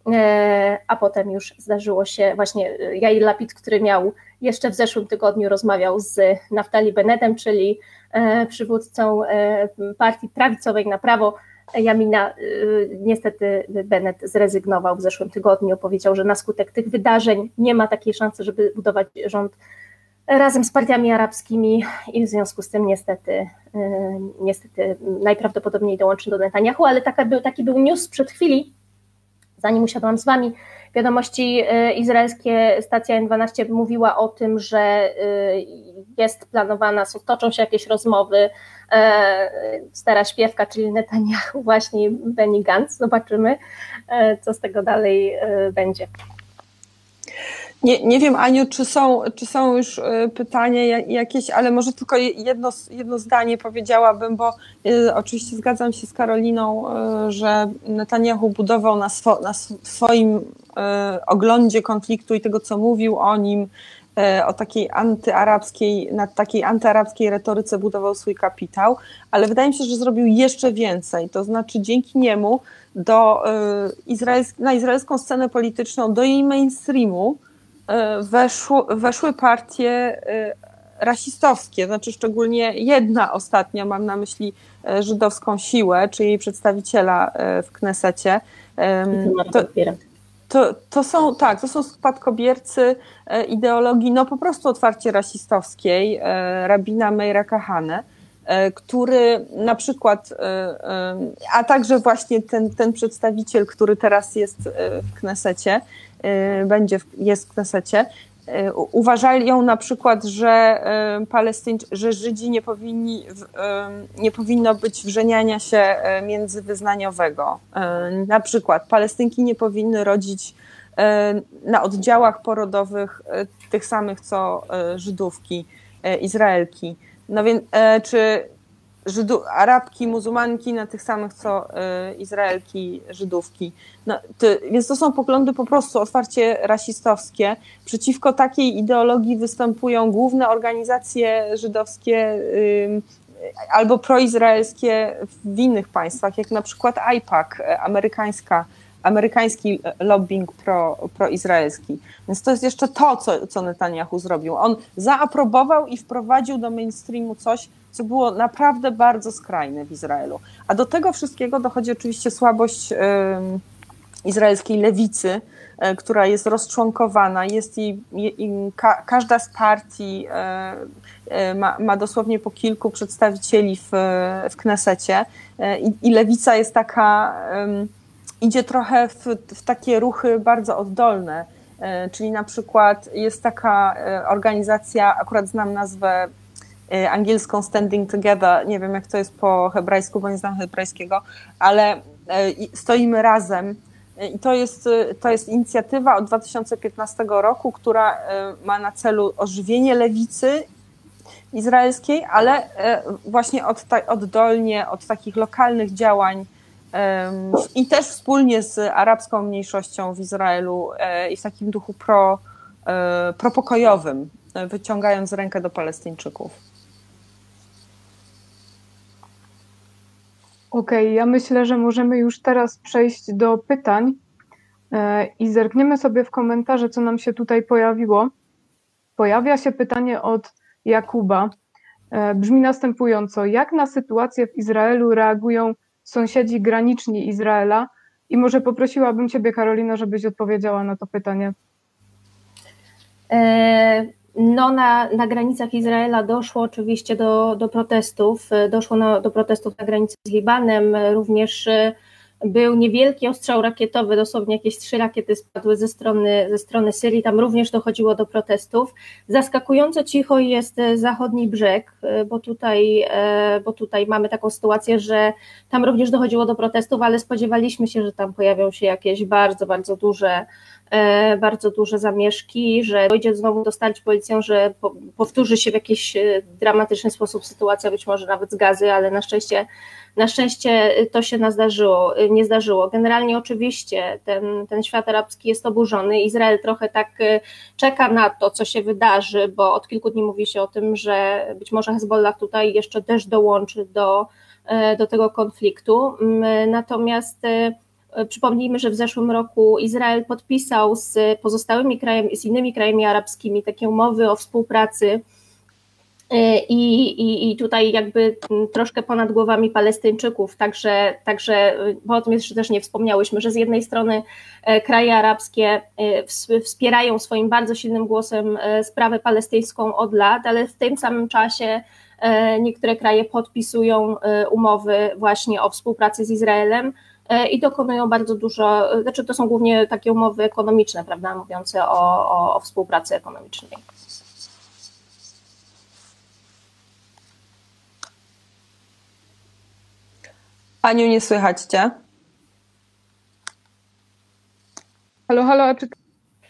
a potem już zdarzyło się właśnie Jair Lapid, który miał jeszcze w zeszłym tygodniu rozmawiał z Naftali Bennetem, czyli przywódcą partii prawicowej na prawo, Jamina. Niestety Bennett zrezygnował w zeszłym tygodniu, powiedział, że na skutek tych wydarzeń nie ma takiej szansy, żeby budować rząd razem z partiami arabskimi i w związku z tym niestety, niestety najprawdopodobniej dołączy do Netanyahu, ale taka był, taki był news sprzed chwili, zanim usiadłam z wami. Wiadomości izraelskie, stacja N dwanaście mówiła o tym, że jest planowana, toczą się jakieś rozmowy, stara śpiewka, czyli Netanyahu, właśnie Benny Gantz. Zobaczymy, co z tego dalej będzie. Nie, nie wiem, Aniu, czy są, czy są już pytania jakieś, ale może tylko jedno, jedno zdanie powiedziałabym, bo y, oczywiście zgadzam się z Karoliną, y, że Netanyahu budował na, swo, na swoim y, oglądzie konfliktu i tego, co mówił o nim, y, o takiej antyarabskiej, na takiej antyarabskiej retoryce budował swój kapitał, ale wydaje mi się, że zrobił jeszcze więcej, to znaczy dzięki niemu do, y, izraelsk- na izraelską scenę polityczną, do jej mainstreamu, Weszło, weszły partie rasistowskie, znaczy szczególnie jedna ostatnia, mam na myśli Żydowską Siłę, czy jej przedstawiciela w Knesecie. To, To, to są, tak, to są spadkobiercy ideologii, no po prostu otwarcie rasistowskiej, rabina Meira Kahane, który na przykład, a także właśnie ten, ten przedstawiciel, który teraz jest w Knesecie, będzie, w, jest w Knesecie, uważają na przykład, że Palestyńczy, że Żydzi nie powinni, nie powinno być wrzeniania się międzywyznaniowego. Na przykład Palestynki nie powinny rodzić na oddziałach porodowych tych samych co Żydówki, Izraelki. No więc, czy Żydu, Arabki, muzułmanki na tych samych co y, Izraelki, Żydówki. No, to, więc to są poglądy po prostu otwarcie rasistowskie. Przeciwko takiej ideologii występują główne organizacje żydowskie y, albo proizraelskie w innych państwach, jak na przykład I P A C, amerykańska, amerykański lobbying pro, proizraelski. Więc to jest jeszcze to, co, co Netanyahu zrobił. On zaaprobował i wprowadził do mainstreamu coś, co było naprawdę bardzo skrajne w Izraelu. A do tego wszystkiego dochodzi oczywiście słabość y, izraelskiej lewicy, y, która jest rozczłonkowana, jest i, i ka, każda z partii y, y, ma, ma dosłownie po kilku przedstawicieli w, w Knesecie y, i lewica jest taka, y, idzie trochę w, w takie ruchy bardzo oddolne, y, czyli na przykład jest taka y, organizacja, akurat znam nazwę angielską Standing Together, nie wiem jak to jest po hebrajsku, bo nie znam hebrajskiego, ale stoimy razem i to jest, to jest inicjatywa od dwa tysiące piętnastego roku, która ma na celu ożywienie lewicy izraelskiej, ale właśnie od, oddolnie od takich lokalnych działań i też wspólnie z arabską mniejszością w Izraelu i w takim duchu pro, propokojowym, wyciągając rękę do Palestyńczyków. Okej, okay, ja myślę, że możemy już teraz przejść do pytań i zerkniemy sobie w komentarze, co nam się tutaj pojawiło. Pojawia się pytanie od Jakuba. Brzmi następująco. Jak na sytuację w Izraelu reagują sąsiedzi graniczni Izraela? I może poprosiłabym Ciebie, Karolina, żebyś odpowiedziała na to pytanie. E- No na, na granicach Izraela doszło oczywiście do, do protestów, doszło na, do protestów na granicy z Libanem, również był niewielki ostrzał rakietowy, dosłownie jakieś trzy rakiety spadły ze strony, ze strony Syrii, tam również dochodziło do protestów. Zaskakująco cicho jest zachodni brzeg, bo tutaj, bo tutaj mamy taką sytuację, że tam również dochodziło do protestów, ale spodziewaliśmy się, że tam pojawią się jakieś bardzo, bardzo duże bardzo duże zamieszki, że dojdzie znowu do starć policją, że powtórzy się w jakiś dramatyczny sposób sytuacja, być może nawet z Gazy, ale na szczęście, na szczęście to się nie zdarzyło, nie zdarzyło. Generalnie oczywiście ten, ten świat arabski jest oburzony, Izrael trochę tak czeka na to, co się wydarzy, bo od kilku dni mówi się o tym, że być może Hezbollah tutaj jeszcze też dołączy do, do tego konfliktu, natomiast przypomnijmy, że w zeszłym roku Izrael podpisał z pozostałymi krajami, z innymi krajami arabskimi takie umowy o współpracy i, i, i tutaj jakby troszkę ponad głowami Palestyńczyków, także, także bo o tym jeszcze też nie wspomniałyśmy, że z jednej strony kraje arabskie wspierają swoim bardzo silnym głosem sprawę palestyńską od lat, ale w tym samym czasie niektóre kraje podpisują umowy właśnie o współpracy z Izraelem i dokonują bardzo dużo, znaczy to są głównie takie umowy ekonomiczne, prawda, mówiące o, o, o współpracy ekonomicznej. Aniu, nie słychać Cię? Halo, halo, a czy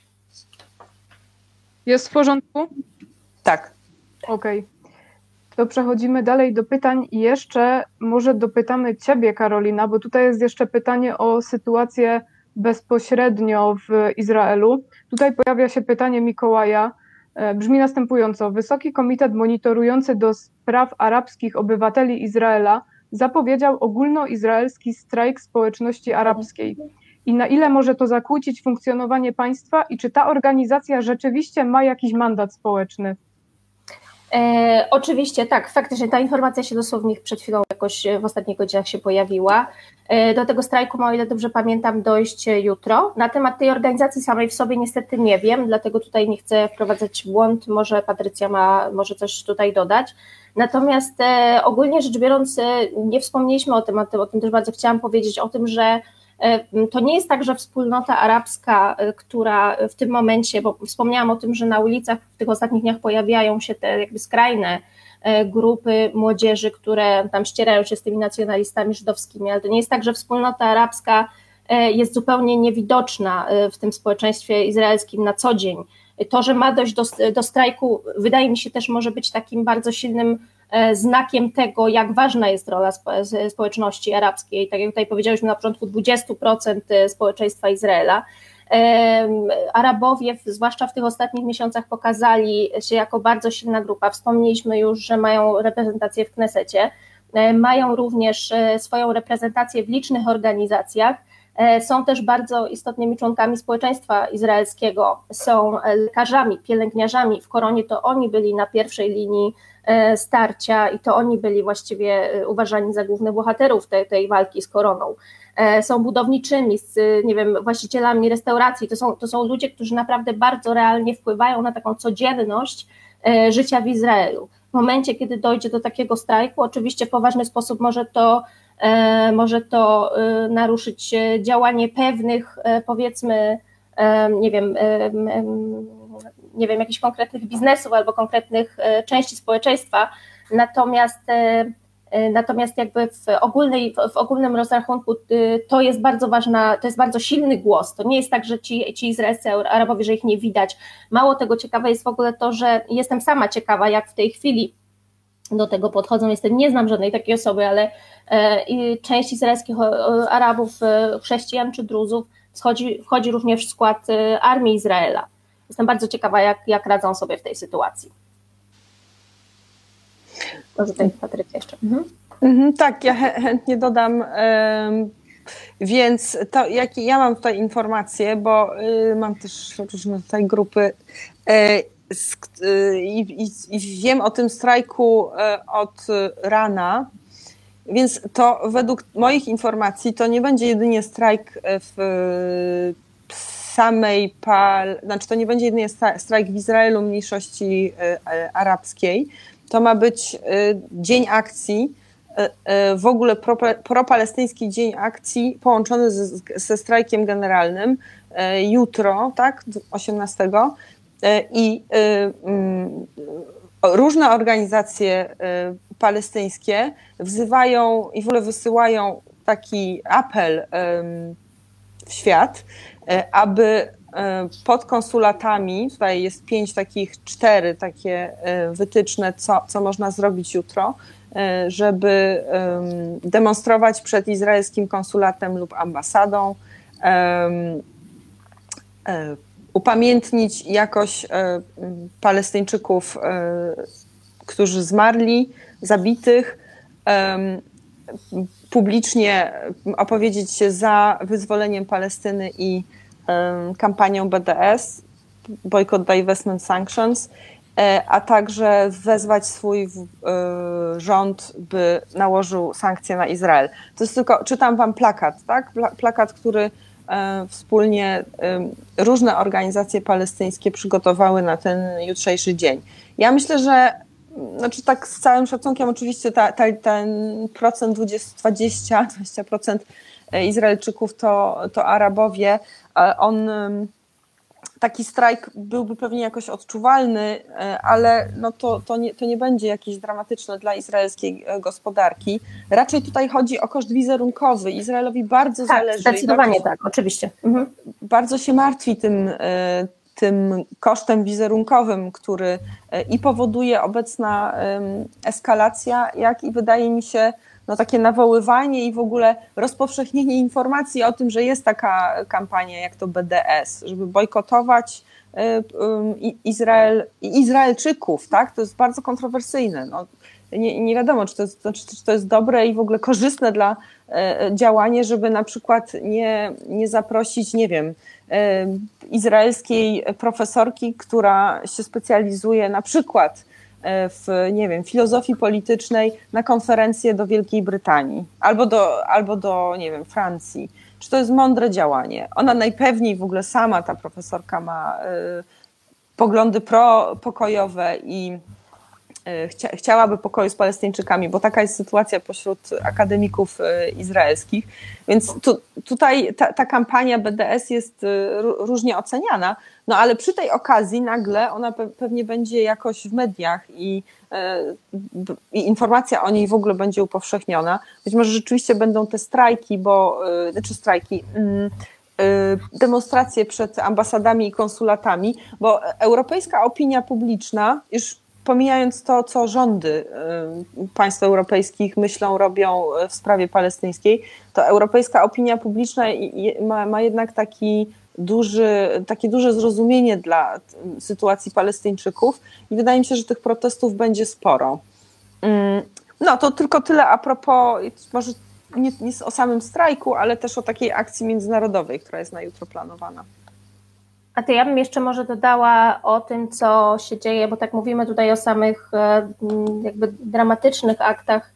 jest w porządku? Tak. Okej. Okay. To przechodzimy dalej do pytań i jeszcze może dopytamy Ciebie, Karolina, bo tutaj jest jeszcze pytanie o sytuację bezpośrednio w Izraelu. Tutaj pojawia się pytanie Mikołaja, brzmi następująco. Wysoki Komitet Monitorujący do Spraw Arabskich Obywateli Izraela zapowiedział ogólnoizraelski strajk społeczności arabskiej. I na ile może to zakłócić funkcjonowanie państwa i czy ta organizacja rzeczywiście ma jakiś mandat społeczny? E, oczywiście, tak, faktycznie ta informacja się dosłownie przed chwilą jakoś w ostatnich godzinach się pojawiła. E, do tego strajku ma, o ile dobrze pamiętam, dojść jutro. Na temat tej organizacji samej w sobie niestety nie wiem, dlatego tutaj nie chcę wprowadzać w błąd, może Patrycja ma może coś tutaj dodać. Natomiast e, ogólnie rzecz biorąc, e, nie wspomnieliśmy o tym, o tym, o tym też bardzo chciałam powiedzieć, o tym, że to nie jest tak, że wspólnota arabska, która w tym momencie, bo wspomniałam o tym, że na ulicach w tych ostatnich dniach pojawiają się te jakby skrajne grupy młodzieży, które tam ścierają się z tymi nacjonalistami żydowskimi, ale to nie jest tak, że wspólnota arabska jest zupełnie niewidoczna w tym społeczeństwie izraelskim na co dzień. To, że ma dojść do, do strajku, wydaje mi się też może być takim bardzo silnym znakiem tego, jak ważna jest rola społeczności arabskiej. Tak jak tutaj powiedzieliśmy na początku, dwadzieścia procent społeczeństwa Izraela. Arabowie, zwłaszcza w tych ostatnich miesiącach, pokazali się jako bardzo silna grupa. Wspomnieliśmy już, że mają reprezentację w Knesecie, mają również swoją reprezentację w licznych organizacjach. Są też bardzo istotnymi członkami społeczeństwa izraelskiego, są lekarzami, pielęgniarzami. W Koronie to oni byli na pierwszej linii starcia i to oni byli właściwie uważani za głównych bohaterów tej, tej walki z koroną. Są budowniczymi, z, nie wiem, właścicielami restauracji. To są, to są ludzie, którzy naprawdę bardzo realnie wpływają na taką codzienność życia w Izraelu. W momencie, kiedy dojdzie do takiego strajku, oczywiście w poważny sposób może to może to naruszyć działanie pewnych, powiedzmy, nie wiem, nie wiem, jakichś konkretnych biznesów albo konkretnych części społeczeństwa, natomiast, natomiast jakby w, ogólnej, w ogólnym rozrachunku to jest bardzo ważna, to jest bardzo silny głos. To nie jest tak, że ci, ci izraelscy Arabowie, że ich nie widać. Mało tego, ciekawe jest w ogóle to, że jestem sama ciekawa, jak w tej chwili do tego podchodzą. Jestem, nie znam żadnej takiej osoby, ale e, część izraelskich Arabów, e, chrześcijan czy Druzów wchodzi, wchodzi również w skład e, armii Izraela. Jestem bardzo ciekawa, jak, jak radzą sobie w tej sytuacji. Może tutaj Patrycja jeszcze. Mhm. Mhm, tak, ja chę, chętnie dodam. Yy, więc to, jakie ja mam tutaj informacje, bo yy, mam też różne tutaj grupy. Yy, I, i, i wiem o tym strajku od rana, więc to według moich informacji to nie będzie jedynie strajk w samej, pal, znaczy to nie będzie jedynie strajk w Izraelu mniejszości arabskiej, to ma być dzień akcji, w ogóle pro, propalestyński dzień akcji połączony ze, ze strajkiem generalnym jutro, tak, osiemnastego. I różne organizacje palestyńskie wzywają i w ogóle wysyłają taki apel w świat, aby pod konsulatami, tutaj jest pięć takich, cztery takie wytyczne, co, co można zrobić jutro, żeby demonstrować przed izraelskim konsulatem lub ambasadą, upamiętnić jakoś e, Palestyńczyków, e, którzy zmarli, zabitych, e, publicznie opowiedzieć się za wyzwoleniem Palestyny i e, kampanią B D S, Boycott, Divestment, Sanctions, e, a także wezwać swój e, rząd, by nałożył sankcje na Izrael. To jest tylko, czytam wam plakat, tak? Pla- plakat, który wspólnie różne organizacje palestyńskie przygotowały na ten jutrzejszy dzień. Ja myślę, że znaczy tak z całym szacunkiem oczywiście ta, ta, ten procent dwadzieścia procent Izraelczyków to, to Arabowie. On, taki strajk byłby pewnie jakoś odczuwalny, ale no to, to, nie, to nie będzie jakieś dramatyczne dla izraelskiej gospodarki. Raczej tutaj chodzi o koszt wizerunkowy. Izraelowi bardzo tak, zależy. Zdecydowanie bardzo, tak, oczywiście. Mhm. Bardzo się martwi tym, tym kosztem wizerunkowym, który i powoduje obecna eskalacja, jak i wydaje mi się no takie nawoływanie i w ogóle rozpowszechnienie informacji o tym, że jest taka kampania jak to B D S, żeby bojkotować Izrael i Izraelczyków, tak? To jest bardzo kontrowersyjne. No, nie, nie wiadomo, czy to, jest, czy to jest dobre i w ogóle korzystne dla działanie, żeby na przykład nie, nie zaprosić, nie wiem, izraelskiej profesorki, która się specjalizuje na przykład w, nie wiem, filozofii politycznej na konferencję do Wielkiej Brytanii albo do, albo do, nie wiem, Francji. Czy to jest mądre działanie? Ona najpewniej w ogóle sama, ta profesorka, ma y, poglądy propokojowe i y, chcia, chciałaby pokoju z Palestyńczykami, bo taka jest sytuacja pośród akademików y, izraelskich. Więc tu, tutaj ta, ta kampania B D S jest y, różnie oceniana, no ale przy tej okazji nagle ona pe, pewnie będzie jakoś w mediach i, y, i informacja o niej w ogóle będzie upowszechniona. Być może rzeczywiście będą te strajki, bo, y, znaczy strajki, y, demonstracje przed ambasadami i konsulatami, bo europejska opinia publiczna, już pomijając to, co rządy państw europejskich myślą, robią w sprawie palestyńskiej, to europejska opinia publiczna ma, ma jednak taki duży, takie duże zrozumienie dla sytuacji Palestyńczyków i wydaje mi się, że tych protestów będzie sporo. No to tylko tyle a propos, może Nie, nie o samym strajku, ale też o takiej akcji międzynarodowej, która jest na jutro planowana. A to ja bym jeszcze może dodała o tym, co się dzieje, bo tak mówimy tutaj o samych jakby dramatycznych aktach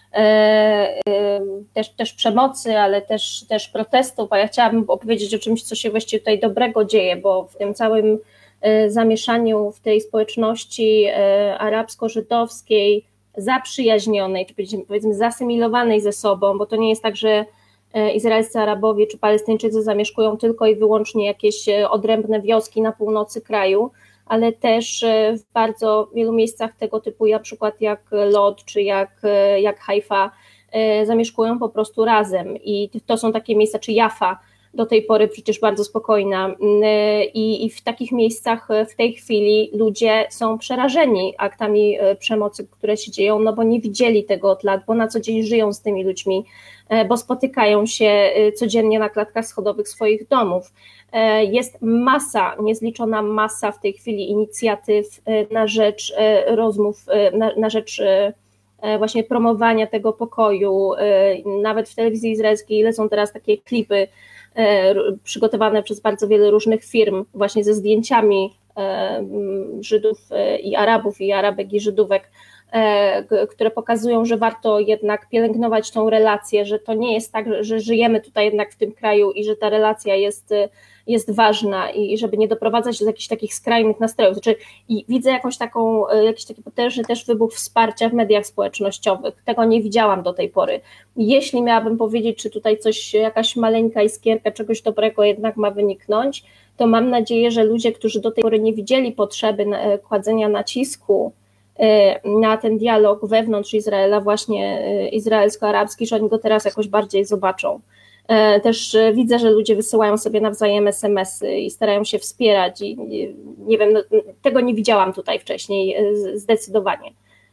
też, też przemocy, ale też, też protestów, a ja chciałabym opowiedzieć o czymś, co się właściwie tutaj dobrego dzieje, bo w tym całym zamieszaniu w tej społeczności arabsko-żydowskiej, zaprzyjaźnionej, czy powiedzmy zasymilowanej ze sobą, bo to nie jest tak, że izraelscy Arabowie czy Palestyńczycy zamieszkują tylko i wyłącznie jakieś odrębne wioski na północy kraju, ale też w bardzo wielu miejscach tego typu, na przykład jak Lod czy jak, jak Haifa, zamieszkują po prostu razem i to są takie miejsca, czy Jaffa, do tej pory przecież bardzo spokojna i, i w takich miejscach w tej chwili ludzie są przerażeni aktami przemocy, które się dzieją, no bo nie widzieli tego od lat, bo na co dzień żyją z tymi ludźmi, bo spotykają się codziennie na klatkach schodowych swoich domów. Jest masa, niezliczona masa w tej chwili inicjatyw na rzecz rozmów, na, na rzecz właśnie promowania tego pokoju. Nawet w telewizji izraelskiej lecą teraz takie klipy przygotowane przez bardzo wiele różnych firm właśnie ze zdjęciami Żydów i Arabów i Arabek i Żydówek, które pokazują, że warto jednak pielęgnować tą relację, że to nie jest tak, że żyjemy tutaj jednak w tym kraju i że ta relacja jest, jest ważna i żeby nie doprowadzać do jakichś takich skrajnych nastrojów. Znaczy, i widzę jakąś taką, jakiś taki potężny też wybuch wsparcia w mediach społecznościowych. Tego nie widziałam do tej pory. Jeśli miałabym powiedzieć, czy tutaj coś, jakaś maleńka iskierka czegoś dobrego jednak ma wyniknąć, to mam nadzieję, że ludzie, którzy do tej pory nie widzieli potrzeby kładzenia nacisku na ten dialog wewnątrz Izraela, właśnie izraelsko-arabski, że oni go teraz jakoś bardziej zobaczą. Też widzę, że ludzie wysyłają sobie nawzajem es em esy i starają się wspierać i nie wiem, no, tego nie widziałam tutaj wcześniej zdecydowanie.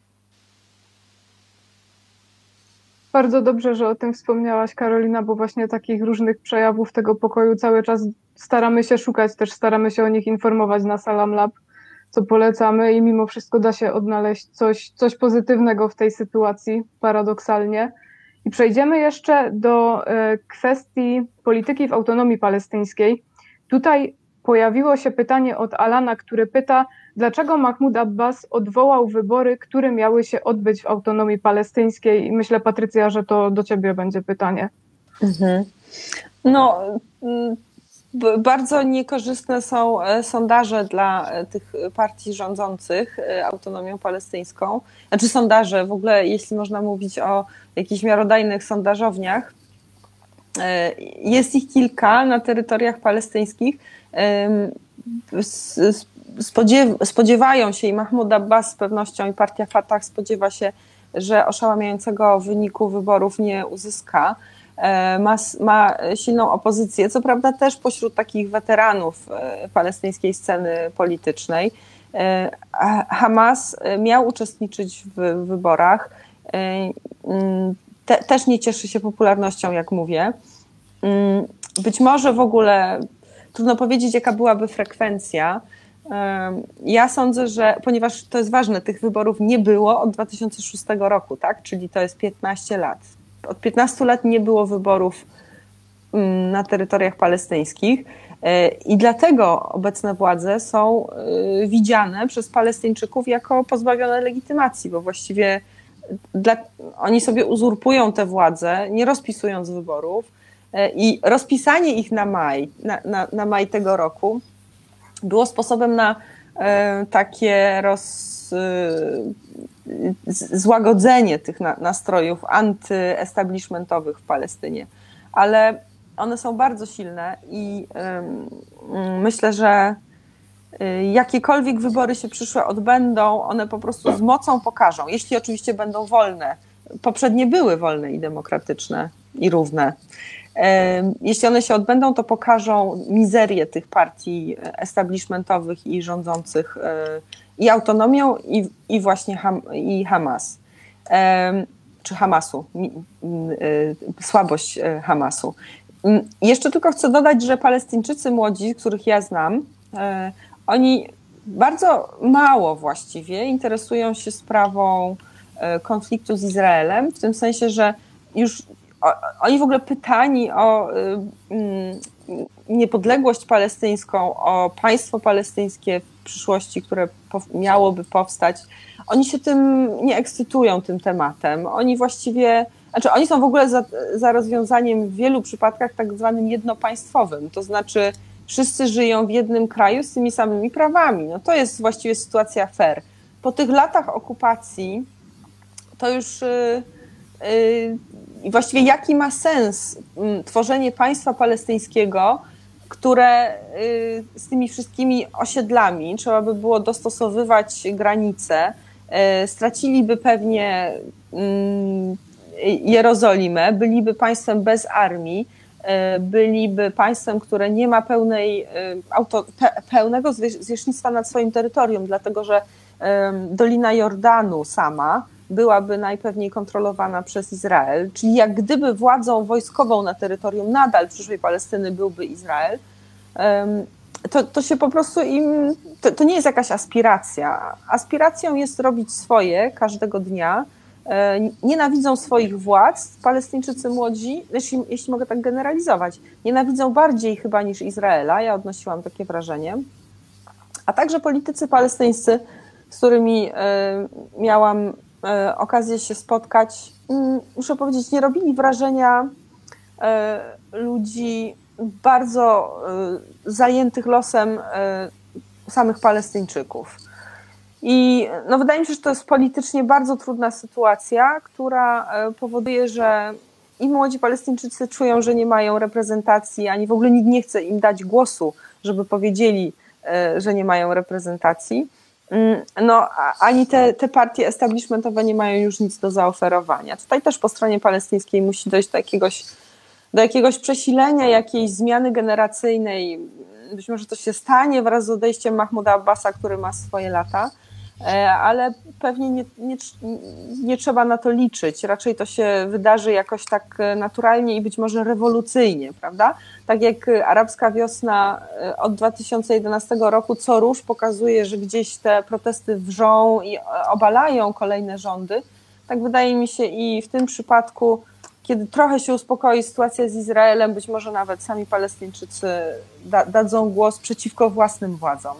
Bardzo dobrze, że o tym wspomniałaś, Karolina, bo właśnie takich różnych przejawów tego pokoju cały czas staramy się szukać, też staramy się o nich informować na Salam Lab, co polecamy i mimo wszystko da się odnaleźć coś, coś pozytywnego w tej sytuacji, paradoksalnie. I przejdziemy jeszcze do e, kwestii polityki w autonomii palestyńskiej. Tutaj pojawiło się pytanie od Alana, który pyta, dlaczego Mahmoud Abbas odwołał wybory, które miały się odbyć w autonomii palestyńskiej. I myślę, Patrycja, że to do ciebie będzie pytanie. Mhm. No, bardzo niekorzystne są sondaże dla tych partii rządzących autonomią palestyńską. Znaczy sondaże, w ogóle jeśli można mówić o jakichś miarodajnych sondażowniach, jest ich kilka na terytoriach palestyńskich. Spodziewają się i Mahmoud Abbas z pewnością i partia Fatah spodziewa się, że oszałamiającego wyniku wyborów nie uzyska. Ma, ma silną opozycję, co prawda też pośród takich weteranów palestyńskiej sceny politycznej. Hamas miał uczestniczyć w wyborach, Te, też nie cieszy się popularnością, jak mówię. Być może w ogóle trudno powiedzieć, jaka byłaby frekwencja. Ja sądzę, że ponieważ to jest ważne, tych wyborów nie było od dwa tysiące szóstego roku, tak? Czyli to jest piętnaście lat. Od piętnastu lat nie było wyborów na terytoriach palestyńskich. I dlatego obecne władze są widziane przez Palestyńczyków jako pozbawione legitymacji, bo właściwie dla, oni sobie uzurpują te władze, nie rozpisując wyborów, i rozpisanie ich na maj, na, na, na maj tego roku było sposobem na e, takie roz, e, złagodzenie tych na, nastrojów antyestablishmentowych w Palestynie. Ale one są bardzo silne i e, myślę, że e, jakiekolwiek wybory się przyszłe odbędą, one po prostu z mocą pokażą, jeśli oczywiście będą wolne. Poprzednie były wolne i demokratyczne i równe. Jeśli one się odbędą, to pokażą mizerię tych partii establishmentowych i rządzących i autonomią, i, i właśnie ham, i Hamas, czy Hamasu, słabość Hamasu. Jeszcze tylko chcę dodać, że Palestyńczycy młodzi, których ja znam, oni bardzo mało właściwie interesują się sprawą konfliktu z Izraelem, w tym sensie, że już oni w ogóle pytani o niepodległość palestyńską, o państwo palestyńskie w przyszłości, które miałoby powstać, oni się tym nie ekscytują, tym tematem. Oni właściwie, znaczy oni są w ogóle za, za rozwiązaniem w wielu przypadkach tak zwanym jednopaństwowym, to znaczy wszyscy żyją w jednym kraju z tymi samymi prawami. No to jest właściwie sytuacja fair. Po tych latach okupacji to już... Yy, yy, I właściwie jaki ma sens tworzenie państwa palestyńskiego, które z tymi wszystkimi osiedlami trzeba by było dostosowywać granice, straciliby pewnie Jerozolimę, byliby państwem bez armii, byliby państwem, które nie ma pełnej, auto, pełnego zwierzchnictwa nad swoim terytorium, dlatego że Dolina Jordanu sama byłaby najpewniej kontrolowana przez Izrael, czyli jak gdyby władzą wojskową na terytorium nadal przyszłej Palestyny byłby Izrael, to, to się po prostu im, to, to nie jest jakaś aspiracja. Aspiracją jest robić swoje każdego dnia, nienawidzą swoich władz, Palestyńczycy młodzi, jeśli, jeśli mogę tak generalizować, nienawidzą bardziej chyba niż Izraela, ja odnosiłam takie wrażenie, a także politycy palestyńscy, z którymi miałam okazję się spotkać, muszę powiedzieć, nie robili wrażenia ludzi bardzo zajętych losem samych Palestyńczyków. I no wydaje mi się, że to jest politycznie bardzo trudna sytuacja, która powoduje, że i młodzi Palestyńczycy czują, że nie mają reprezentacji, ani w ogóle nikt nie chce im dać głosu, żeby powiedzieli, że nie mają reprezentacji. No, ani te, te partie establishmentowe nie mają już nic do zaoferowania. Tutaj też po stronie palestyńskiej musi dojść do jakiegoś, do jakiegoś przesilenia, jakiejś zmiany generacyjnej. Być może to się stanie wraz z odejściem Mahmuda Abbasa, który ma swoje lata, ale pewnie nie, nie, nie trzeba na to liczyć. Raczej to się wydarzy jakoś tak naturalnie i być może rewolucyjnie, prawda? Tak jak arabska wiosna od dwa tysiące jedenastego roku co rusz pokazuje, że gdzieś te protesty wrzą i obalają kolejne rządy, tak wydaje mi się i w tym przypadku, kiedy trochę się uspokoi sytuacja z Izraelem, być może nawet sami Palestyńczycy da, dadzą głos przeciwko własnym władzom.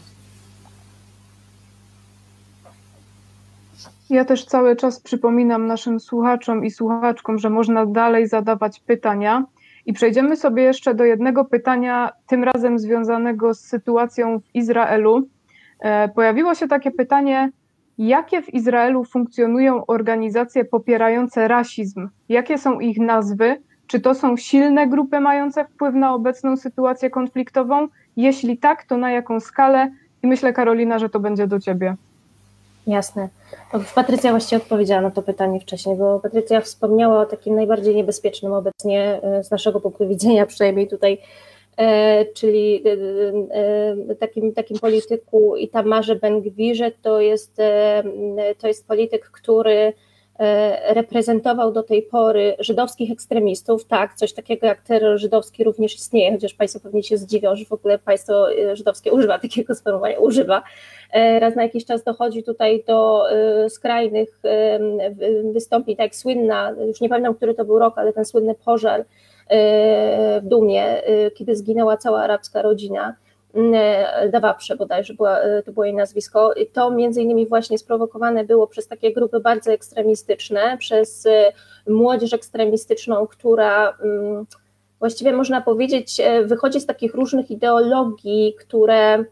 Ja też cały czas przypominam naszym słuchaczom i słuchaczkom, że można dalej zadawać pytania i przejdziemy sobie jeszcze do jednego pytania, tym razem związanego z sytuacją w Izraelu. Pojawiło się takie pytanie, jakie w Izraelu funkcjonują organizacje popierające rasizm? Jakie są ich nazwy? Czy to są silne grupy mające wpływ na obecną sytuację konfliktową? Jeśli tak, to na jaką skalę? I myślę, Karolina, że to będzie do ciebie. Jasne. Patrycja właściwie odpowiedziała na to pytanie wcześniej, bo Patrycja wspomniała o takim najbardziej niebezpiecznym obecnie, z naszego punktu widzenia przynajmniej tutaj, czyli takim, takim polityku Itamarze Ben-Gwirze. To jest, to jest polityk, który reprezentował do tej pory żydowskich ekstremistów. Tak, coś takiego jak terror żydowski również istnieje, chociaż Państwo pewnie się zdziwią, że w ogóle państwo żydowskie używa takiego sformułowania, używa. Raz na jakiś czas dochodzi tutaj do skrajnych wystąpień, tak jak słynna, już nie pamiętam, który to był rok, ale ten słynny pożar w Dumie, kiedy zginęła cała arabska rodzina, Dawabsze bodajże była, to było jej nazwisko, to między innymi właśnie sprowokowane było przez takie grupy bardzo ekstremistyczne, przez młodzież ekstremistyczną, która właściwie można powiedzieć wychodzi z takich różnych ideologii, które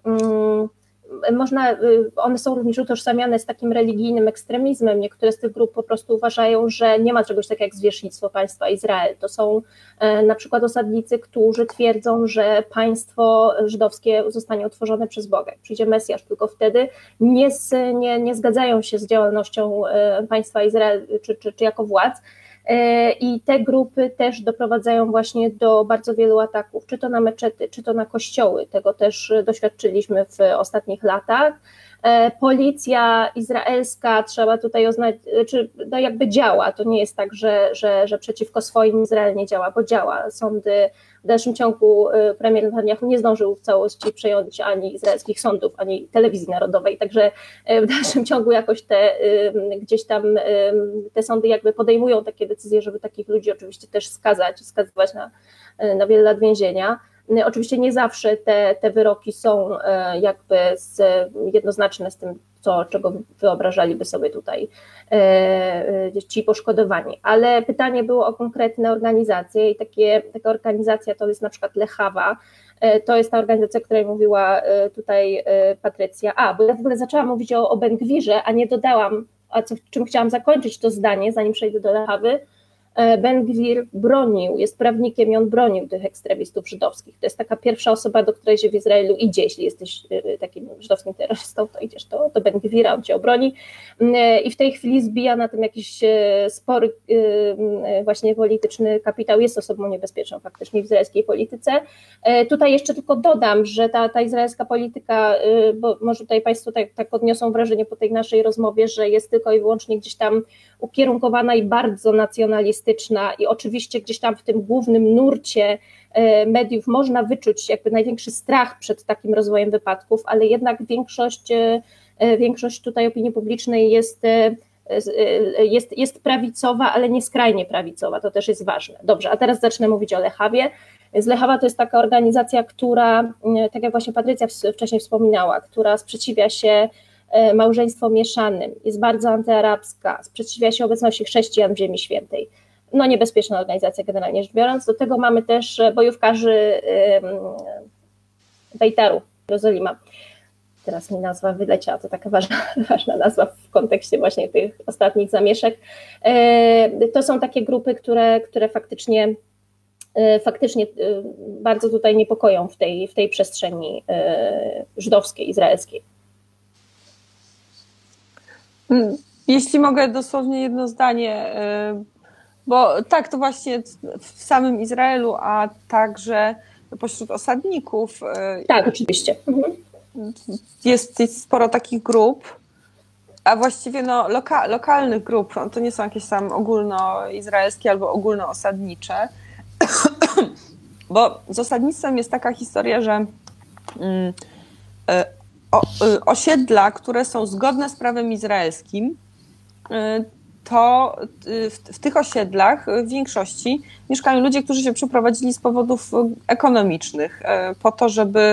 można, one są również utożsamiane z takim religijnym ekstremizmem. Niektóre z tych grup po prostu uważają, że nie ma czegoś takiego jak zwierzchnictwo państwa Izrael. To są na przykład osadnicy, którzy twierdzą, że państwo żydowskie zostanie utworzone przez Boga. Przyjdzie Mesjasz, tylko wtedy nie, nie, nie zgadzają się z działalnością państwa Izrael czy, czy, czy jako władz. I te grupy też doprowadzają właśnie do bardzo wielu ataków, czy to na meczety, czy to na kościoły, tego też doświadczyliśmy w ostatnich latach. Policja izraelska, trzeba tutaj oznaczyć, czy no jakby działa, to nie jest tak, że, że, że przeciwko swoim Izrael nie działa, bo działa. Sądy, w dalszym ciągu premier Netanyahu nie zdążył w całości przejąć ani izraelskich sądów, ani telewizji narodowej, także w dalszym ciągu jakoś te gdzieś tam te sądy jakby podejmują takie decyzje, żeby takich ludzi oczywiście też skazać, skazywać na, na wiele lat więzienia. Oczywiście nie zawsze te, te wyroki są jakby z, jednoznaczne z tym, co, czego wyobrażaliby sobie tutaj ci poszkodowani, ale pytanie było o konkretne organizacje i takie, taka organizacja to jest na przykład Lechawa, to jest ta organizacja, o której mówiła tutaj Patrycja, a bo ja w ogóle zaczęłam mówić o, o Ben-Gwirze, a nie dodałam, a co, czym chciałam zakończyć to zdanie, zanim przejdę do Lechawy. Ben-Gwir bronił, jest prawnikiem i on bronił tych ekstremistów żydowskich. To jest taka pierwsza osoba, do której się w Izraelu idzie. Jeśli jesteś takim żydowskim terrorystą, to idziesz do, do Ben-Gwira, on cię obroni. I w tej chwili zbija na tym jakiś spory właśnie polityczny kapitał. Jest osobą niebezpieczną faktycznie w izraelskiej polityce. Tutaj jeszcze tylko dodam, że ta, ta izraelska polityka, bo może tutaj Państwo tak, tak odniosą wrażenie po tej naszej rozmowie, że jest tylko i wyłącznie gdzieś tam ukierunkowana i bardzo nacjonalistyczna i oczywiście gdzieś tam w tym głównym nurcie mediów można wyczuć jakby największy strach przed takim rozwojem wypadków, ale jednak większość, większość tutaj opinii publicznej jest, jest, jest prawicowa, ale nie skrajnie prawicowa, to też jest ważne. Dobrze, a teraz zacznę mówić o Lechawie. Z Lechawa to jest taka organizacja, która, tak jak właśnie Patrycja wcześniej wspominała, która sprzeciwia się małżeństwom mieszanym, jest bardzo antyarabska, sprzeciwia się obecności chrześcijan w Ziemi Świętej. No niebezpieczna organizacja generalnie rzecz biorąc. Do tego mamy też bojówkarzy Bejtaru, Jerozolima. Teraz mi nazwa wyleciała, to taka ważna, ważna nazwa w kontekście właśnie tych ostatnich zamieszek. To są takie grupy, które, które faktycznie, faktycznie bardzo tutaj niepokoją w tej, w tej przestrzeni żydowskiej, izraelskiej. Jeśli mogę dosłownie jedno zdanie, bo tak, to właśnie w samym Izraelu, a także pośród osadników. Tak, oczywiście. Mhm. Jest, jest sporo takich grup, a właściwie no, loka, lokalnych grup, no, to nie są jakieś tam ogólnoizraelskie albo ogólnoosadnicze, bo z osadnictwem jest taka historia, że mm, o, osiedla, które są zgodne z prawem izraelskim, to w, w tych osiedlach w większości mieszkają ludzie, którzy się przeprowadzili z powodów ekonomicznych, po to, żeby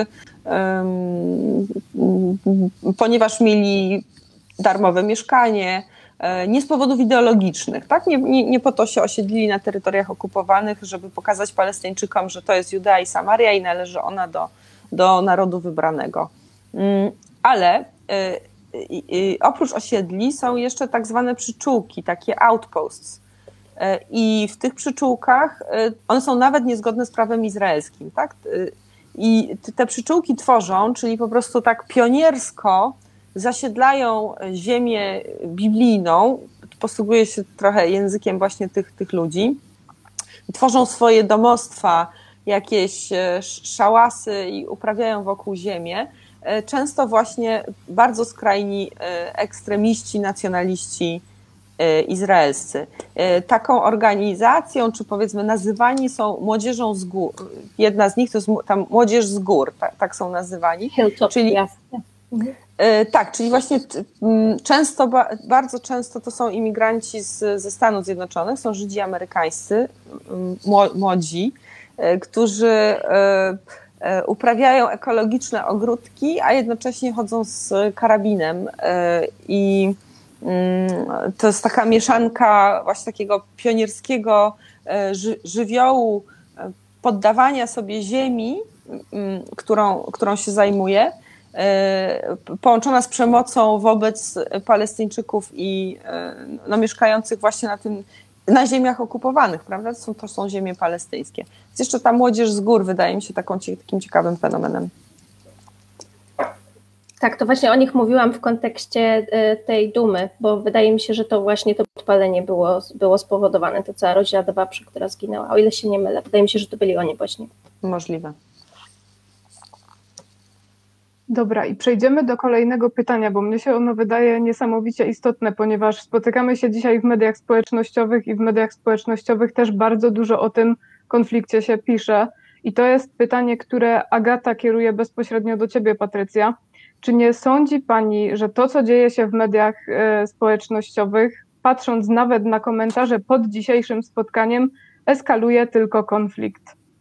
ponieważ mieli darmowe mieszkanie, nie z powodów ideologicznych, tak? Nie, nie, nie po to się osiedlili na terytoriach okupowanych, żeby pokazać Palestyńczykom, że to jest Judea i Samaria i należy ona do, do narodu wybranego. Ale oprócz osiedli są jeszcze tak zwane przyczółki, takie outposts. I w tych przyczółkach one są nawet niezgodne z prawem izraelskim, tak? I te przyczółki tworzą, czyli po prostu tak pioniersko zasiedlają ziemię biblijną, posługuję się trochę językiem właśnie tych, tych ludzi, tworzą swoje domostwa, jakieś szałasy i uprawiają wokół ziemię. Często właśnie bardzo skrajni ekstremiści, nacjonaliści izraelscy. Taką organizacją, czy powiedzmy nazywani są młodzieżą z gór. Jedna z nich to jest tam młodzież z gór, tak, tak są nazywani. Hilltop, czyli, jasne. Tak, czyli właśnie często, bardzo często to są imigranci z, ze Stanów Zjednoczonych, są Żydzi amerykańscy, młodzi, którzy uprawiają ekologiczne ogródki, a jednocześnie chodzą z karabinem i to jest taka mieszanka właśnie takiego pionierskiego żywiołu, poddawania sobie ziemi, którą, którą się zajmuje, połączona z przemocą wobec Palestyńczyków i no, mieszkających właśnie na tym, na ziemiach okupowanych, prawda? To są, to są ziemie palestyńskie. Więc jeszcze ta młodzież z gór wydaje mi się taką, takim ciekawym fenomenem. Tak, to właśnie o nich mówiłam w kontekście tej dumy, bo wydaje mi się, że to właśnie to podpalenie było, było spowodowane, to cała rodzina Dewaprzy, która zginęła, o ile się nie mylę. Wydaje mi się, że to byli oni właśnie. Możliwe. Dobra, i przejdziemy do kolejnego pytania, bo mnie się ono wydaje niesamowicie istotne, ponieważ spotykamy się dzisiaj w mediach społecznościowych i w mediach społecznościowych też bardzo dużo o tym konflikcie się pisze. I to jest pytanie, które Agata kieruje bezpośrednio do ciebie, Patrycja. Czy nie sądzi pani, że to, co dzieje się w mediach e, społecznościowych, patrząc nawet na komentarze pod dzisiejszym spotkaniem, eskaluje tylko konflikt?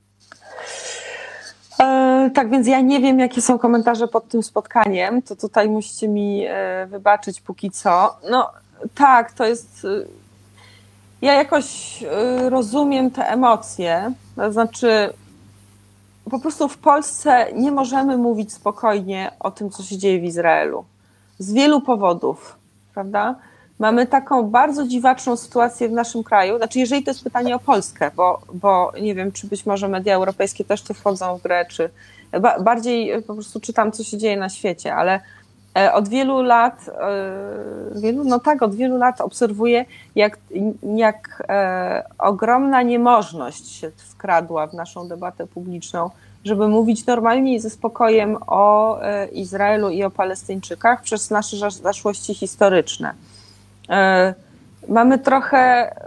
E, tak, więc ja nie wiem, jakie są komentarze pod tym spotkaniem, to tutaj musicie mi e, wybaczyć póki co. No tak, to jest... E, ja jakoś e, rozumiem te emocje, to znaczy po prostu w Polsce nie możemy mówić spokojnie o tym, co się dzieje w Izraelu. Z wielu powodów, prawda? Mamy taką bardzo dziwaczną sytuację w naszym kraju, znaczy jeżeli to jest pytanie o Polskę, bo, bo nie wiem, czy być może media europejskie też tu wchodzą w grę, czy ba- bardziej po prostu czytam, co się dzieje na świecie, ale od wielu lat, wielu, no tak, od wielu lat obserwuję, jak, jak e, ogromna niemożność się wkradła w naszą debatę publiczną, żeby mówić normalnie i ze spokojem o e, Izraelu i o Palestyńczykach przez nasze zaszłości historyczne. E, mamy trochę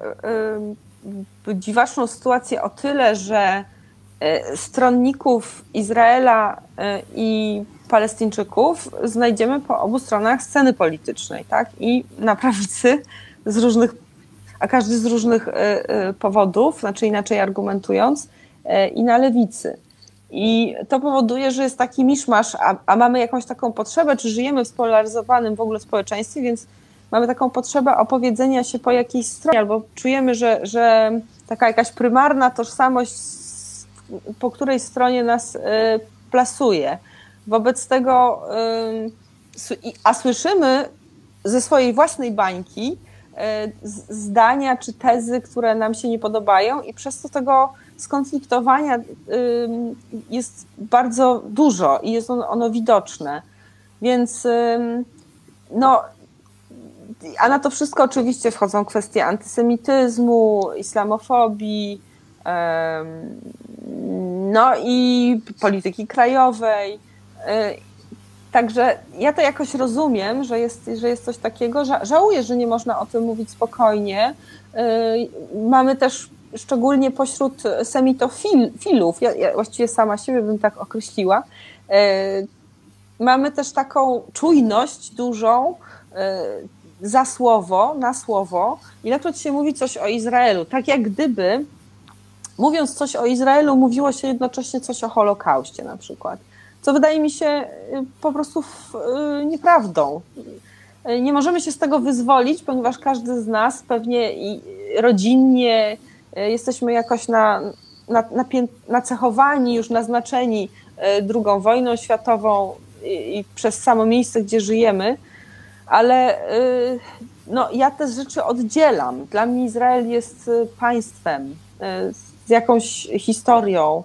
e, dziwaczną sytuację o tyle, że e, stronników Izraela e, i Palestyńczyków znajdziemy po obu stronach sceny politycznej, tak? I na prawicy z różnych, a każdy z różnych y, y, powodów, znaczy inaczej argumentując, y, i na lewicy. I to powoduje, że jest taki miszmasz, a, a mamy jakąś taką potrzebę, czy żyjemy w spolaryzowanym w ogóle społeczeństwie, więc mamy taką potrzebę opowiedzenia się po jakiejś stronie, albo czujemy, że, że taka jakaś prymarna tożsamość, po której stronie nas y, plasuje. Wobec tego, a słyszymy ze swojej własnej bańki zdania czy tezy, które nam się nie podobają i przez to tego skonfliktowania jest bardzo dużo i jest ono widoczne. Więc no, a na to wszystko oczywiście wchodzą kwestie antysemityzmu, islamofobii, no i polityki krajowej. Także ja to jakoś rozumiem, że jest, że jest coś takiego. Żałuję, że nie można o tym mówić spokojnie. Mamy też szczególnie pośród semitofilów, ja, ja właściwie sama siebie bym tak określiła, mamy też taką czujność dużą za słowo, na słowo i na to się mówi coś o Izraelu. Tak jak gdyby mówiąc coś o Izraelu, mówiło się jednocześnie coś o Holokauście na przykład, co wydaje mi się po prostu nieprawdą. Nie możemy się z tego wyzwolić, ponieważ każdy z nas pewnie i rodzinnie jesteśmy jakoś na, na, nacechowani, już naznaczeni drugą wojną światową i, i przez samo miejsce, gdzie żyjemy, ale no, ja te rzeczy oddzielam. Dla mnie Izrael jest państwem, z jakąś historią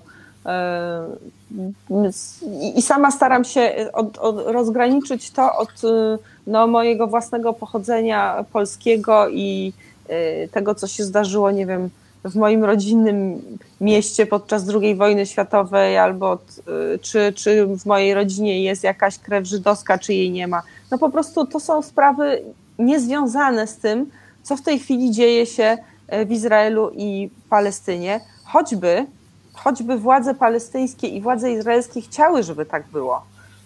i sama staram się od, od rozgraniczyć to od no, mojego własnego pochodzenia polskiego i tego, co się zdarzyło, nie wiem, w moim rodzinnym mieście podczas drugiej wojny światowej, albo czy, czy w mojej rodzinie jest jakaś krew żydowska, czy jej nie ma. No po prostu to są sprawy niezwiązane z tym, co w tej chwili dzieje się w Izraelu i Palestynie, choćby, choćby władze palestyńskie i władze izraelskie chciały, żeby tak było.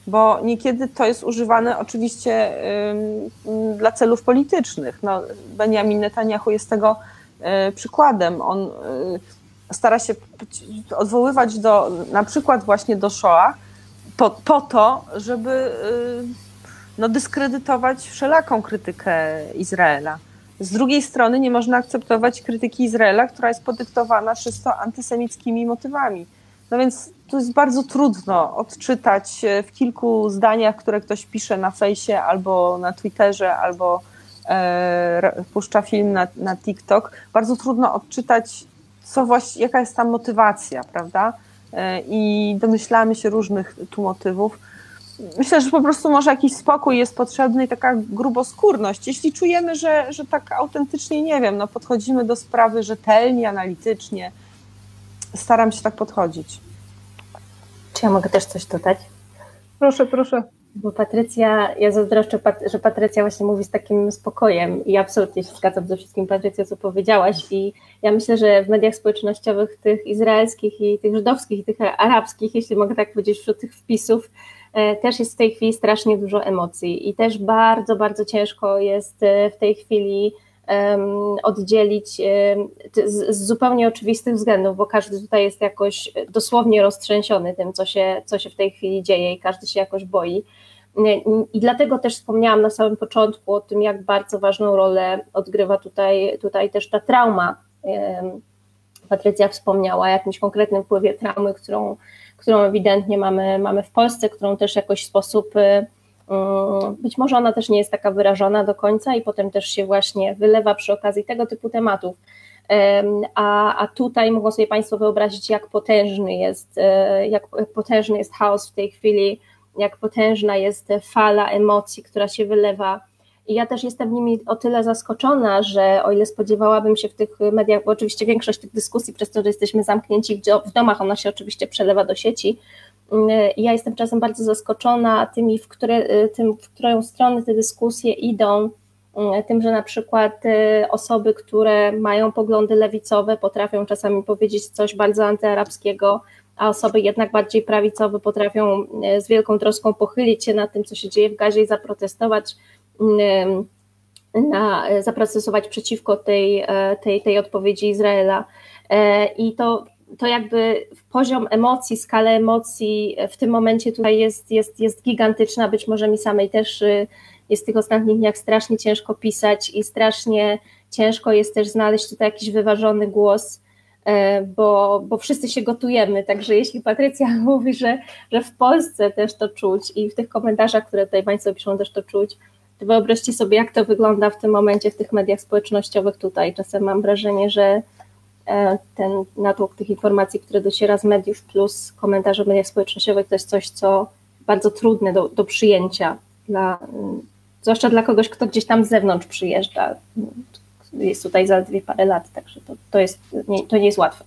bo niekiedy to jest używane oczywiście dla celów politycznych. No, Benjamin Netanyahu jest tego przykładem. On stara się odwoływać do, na przykład właśnie do Shoah po, po to, żeby no, dyskredytować wszelaką krytykę Izraela. Z drugiej strony nie można akceptować krytyki Izraela, która jest podyktowana czysto antysemickimi motywami. No więc to jest bardzo trudno odczytać w kilku zdaniach, które ktoś pisze na fejsie albo na Twitterze, albo e, puszcza film na, na TikTok. Bardzo trudno odczytać, co właśnie, jaka jest tam motywacja, prawda? E, I domyślamy się różnych tu motywów. Myślę, że po prostu może jakiś spokój jest potrzebny i taka gruboskórność. Jeśli czujemy, że, że tak autentycznie, nie wiem, no podchodzimy do sprawy rzetelnie, analitycznie, staram się tak podchodzić. Czy ja mogę też coś dodać? Proszę, proszę. Bo Patrycja, ja zazdroszczę, że Patrycja właśnie mówi z takim spokojem i absolutnie się zgadzam ze wszystkim, Patrycja, co powiedziałaś, i ja myślę, że w mediach społecznościowych tych izraelskich i tych żydowskich i tych arabskich, jeśli mogę tak powiedzieć, wśród tych wpisów też jest w tej chwili strasznie dużo emocji i też bardzo, bardzo ciężko jest w tej chwili oddzielić z, z zupełnie oczywistych względów, bo każdy tutaj jest jakoś dosłownie roztrzęsiony tym, co się, co się w tej chwili dzieje i każdy się jakoś boi. I dlatego też wspomniałam na samym początku o tym, jak bardzo ważną rolę odgrywa tutaj, tutaj też ta trauma. Patrycja wspomniała o jakimś konkretnym wpływie traumy, którą, którą ewidentnie mamy, mamy w Polsce, którą też jakoś w sposób, być może ona też nie jest taka wyrażona do końca i potem też się właśnie wylewa przy okazji tego typu tematów. A, a tutaj mogą sobie Państwo wyobrazić, jak potężny jest, jak potężny jest chaos w tej chwili, jak potężna jest fala emocji, która się wylewa. I ja też jestem nimi o tyle zaskoczona, że o ile spodziewałabym się w tych mediach, bo oczywiście większość tych dyskusji, przez to, że jesteśmy zamknięci w domach, ona się oczywiście przelewa do sieci. I ja jestem czasem bardzo zaskoczona tymi, w, które, tym, w którą stronę te dyskusje idą, tym, że na przykład osoby, które mają poglądy lewicowe, potrafią czasami powiedzieć coś bardzo antyarabskiego, a osoby jednak bardziej prawicowe potrafią z wielką troską pochylić się nad tym, co się dzieje w Gazie i zaprotestować, na, zaprotestować przeciwko tej, tej, tej odpowiedzi Izraela. I to, to jakby poziom emocji, skala emocji w tym momencie tutaj jest, jest, jest gigantyczna. Być może mi samej też jest w tych ostatnich dniach strasznie ciężko pisać i strasznie ciężko jest też znaleźć tutaj jakiś wyważony głos, bo, bo wszyscy się gotujemy, także jeśli Patrycja mówi, że, że w Polsce też to czuć i w tych komentarzach, które tutaj Państwo piszą, też to czuć, to wyobraźcie sobie, jak to wygląda w tym momencie w tych mediach społecznościowych tutaj. Czasem mam wrażenie, że ten natłok tych informacji, które dociera z mediów plus komentarze w mediach społecznościowych, to jest coś, co bardzo trudne do, do przyjęcia, dla, zwłaszcza dla kogoś, kto gdzieś tam z zewnątrz przyjeżdża. Jest tutaj zaledwie parę lat, także to, to, jest, nie, to nie jest łatwe.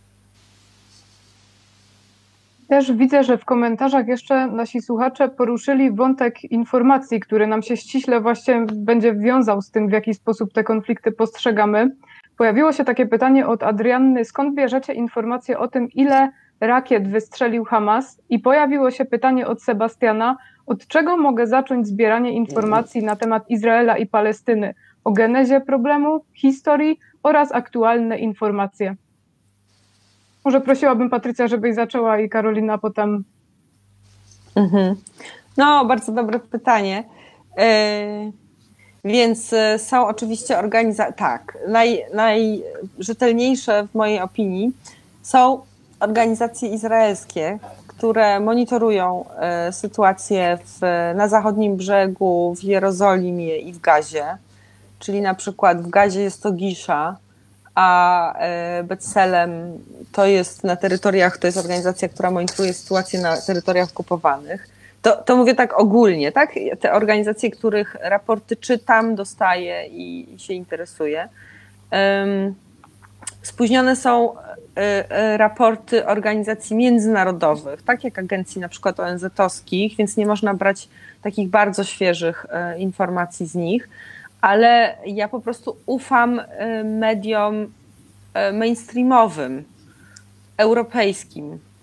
Też widzę, że w komentarzach jeszcze nasi słuchacze poruszyli wątek informacji, który nam się ściśle właśnie będzie wiązał z tym, w jaki sposób te konflikty postrzegamy. Pojawiło się takie pytanie od Adrianny, skąd bierzecie informacje o tym, ile rakiet wystrzelił Hamas? I pojawiło się pytanie od Sebastiana, od czego mogę zacząć zbieranie informacji na temat Izraela i Palestyny? O genezie problemu, historii oraz aktualne informacje. Może prosiłabym Patrycja, żebyś zaczęła i Karolina potem. Mhm. No, bardzo dobre pytanie. Yy, więc są oczywiście organizacje, tak, naj, najrzetelniejsze w mojej opinii są organizacje izraelskie, które monitorują y, sytuację w, na zachodnim brzegu, w Jerozolimie i w Gazie. Czyli na przykład w Gazie jest to Gisza, a Betselem to jest na terytoriach, to jest organizacja, która monitoruje sytuację na terytoriach okupowanych. To, to mówię tak ogólnie, tak? Te organizacje, których raporty czytam, dostaję i, i się interesuję. Um, spóźnione są raporty organizacji międzynarodowych, tak jak agencji na przykład O N Z-owskich, więc nie można brać takich bardzo świeżych informacji z nich. Ale ja po prostu ufam mediom mainstreamowym, europejskim,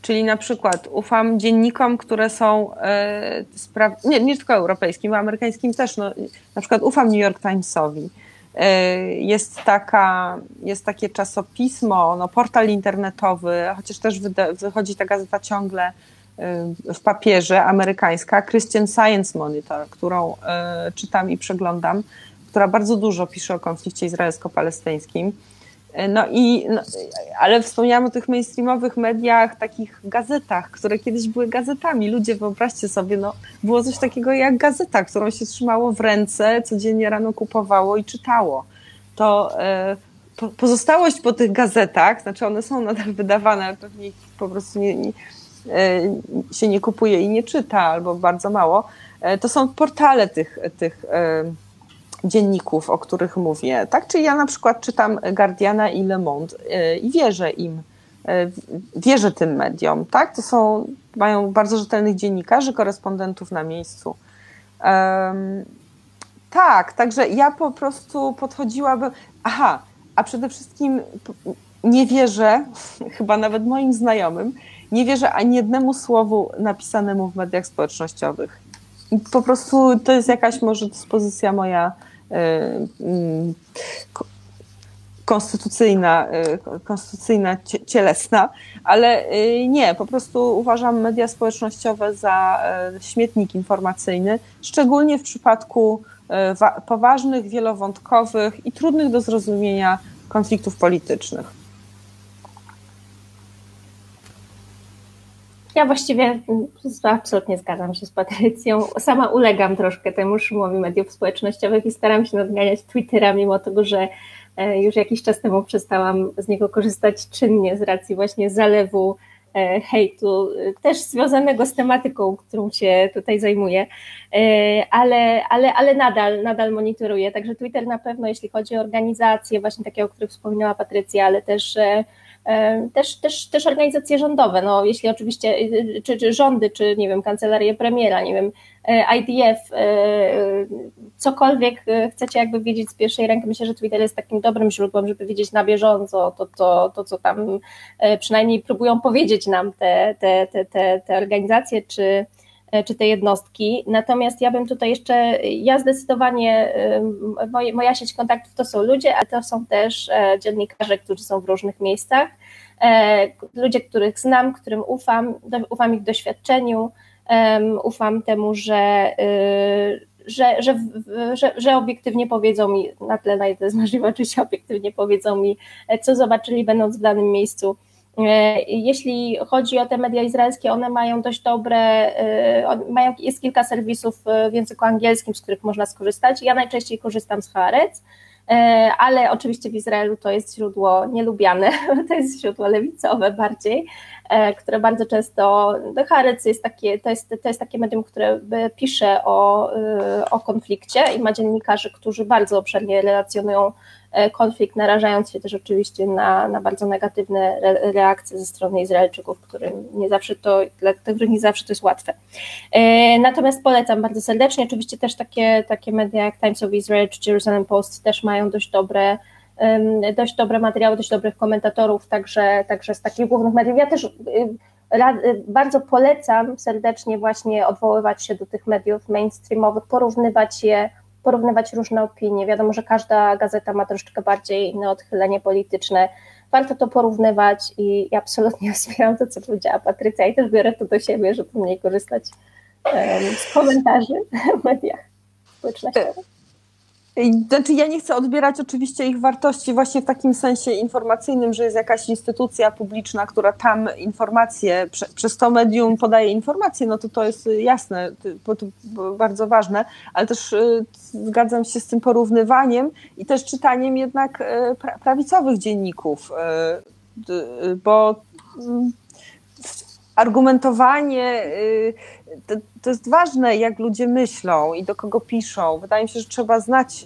Czyli na przykład ufam dziennikom, które są e, spra- nie, nie tylko europejskim, amerykańskim też. No, na przykład ufam New York Timesowi. E, jest, taka, jest takie czasopismo, no, portal internetowy, chociaż też wyda- wychodzi ta gazeta ciągle e, w papierze, amerykańska, Christian Science Monitor, którą e, czytam i przeglądam, która bardzo dużo pisze o konflikcie izraelsko-palestyńskim. No i, no, ale wspomniałam o tych mainstreamowych mediach, takich gazetach, które kiedyś były gazetami. Ludzie, wyobraźcie sobie, no, było coś takiego jak gazeta, którą się trzymało w ręce, codziennie rano kupowało i czytało. To e, po, pozostałość po tych gazetach, znaczy one są nadal wydawane, ale pewnie ich po prostu nie, nie, e, się nie kupuje i nie czyta, albo bardzo mało. E, to są portale tych, tych e, dzienników, o których mówię, tak? Czyli ja na przykład czytam Guardiana i Le Monde i wierzę im, wierzę tym mediom, tak? To są, mają bardzo rzetelnych dziennikarzy, korespondentów na miejscu. Um, tak, także ja po prostu podchodziłabym, aha, a przede wszystkim nie wierzę, chyba nawet moim znajomym, nie wierzę ani jednemu słowu napisanemu w mediach społecznościowych. Po prostu to jest jakaś może dyspozycja moja konstytucyjna, konstytucyjna, cielesna, ale nie, po prostu uważam media społecznościowe za śmietnik informacyjny, szczególnie w przypadku poważnych, wielowątkowych i trudnych do zrozumienia konfliktów politycznych. Ja właściwie absolutnie zgadzam się z Patrycją. Sama ulegam troszkę temu szumowi mediów społecznościowych i staram się nadganiać Twittera, mimo tego, że już jakiś czas temu przestałam z niego korzystać czynnie z racji właśnie zalewu hejtu, też związanego z tematyką, którą się tutaj zajmuję, ale, ale, ale nadal, nadal monitoruję. Także Twitter na pewno, jeśli chodzi o organizacje, właśnie takie, o których wspominała Patrycja, ale też Też, też, też organizacje rządowe, no jeśli oczywiście, czy, czy rządy, czy nie wiem, kancelarie premiera, nie wiem, I D F, cokolwiek chcecie jakby wiedzieć z pierwszej ręki, myślę, że Twitter jest takim dobrym źródłem, żeby wiedzieć na bieżąco to, to, to co tam przynajmniej próbują powiedzieć nam te, te, te, te, te organizacje, czy czy te jednostki. Natomiast ja bym tutaj jeszcze, ja zdecydowanie, moje, moja sieć kontaktów to są ludzie, ale to są też dziennikarze, którzy są w różnych miejscach, ludzie, których znam, którym ufam, ufam ich doświadczeniu, ufam temu, że, że, że, że, że obiektywnie powiedzą mi, na tle na ile możliwe, oczywiście obiektywnie powiedzą mi, co zobaczyli będąc w danym miejscu. Jeśli chodzi o te media izraelskie, one mają dość dobre, mają, jest kilka serwisów w języku angielskim, z których można skorzystać. Ja najczęściej korzystam z Haaretz, ale oczywiście w Izraelu to jest źródło nielubiane, to jest źródło lewicowe bardziej, które bardzo często, Haaretz jest takie, to jest, to jest takie medium, które pisze o, o konflikcie i ma dziennikarzy, którzy bardzo obszernie relacjonują konflikt, narażając się też oczywiście na, na bardzo negatywne re, reakcje ze strony Izraelczyków, którym nie zawsze to, dla których nie zawsze to jest łatwe. Natomiast polecam bardzo serdecznie, oczywiście też takie, takie media jak Times of Israel czy Jerusalem Post też mają dość dobre, dość dobre materiały, dość dobrych komentatorów, także, także z takich głównych mediów. Ja też bardzo polecam serdecznie właśnie odwoływać się do tych mediów mainstreamowych, porównywać je, porównywać różne opinie. Wiadomo, że każda gazeta ma troszeczkę bardziej inne odchylenie polityczne. Warto to porównywać i absolutnie wspieram to, co powiedziała Patrycja i też biorę to do siebie, żeby mniej korzystać z komentarzy w mediach społecznościowych. Znaczy ja nie chcę odbierać oczywiście ich wartości właśnie w takim sensie informacyjnym, że jest jakaś instytucja publiczna, która tam informacje, prze, przez to medium podaje informacje, no to to jest jasne, to, to bardzo ważne, ale też y, zgadzam się z tym porównywaniem i też czytaniem jednak y, pra, prawicowych dzienników, y, y, bo y, argumentowanie, y, to, to jest ważne, jak ludzie myślą i do kogo piszą. Wydaje mi się, że trzeba znać,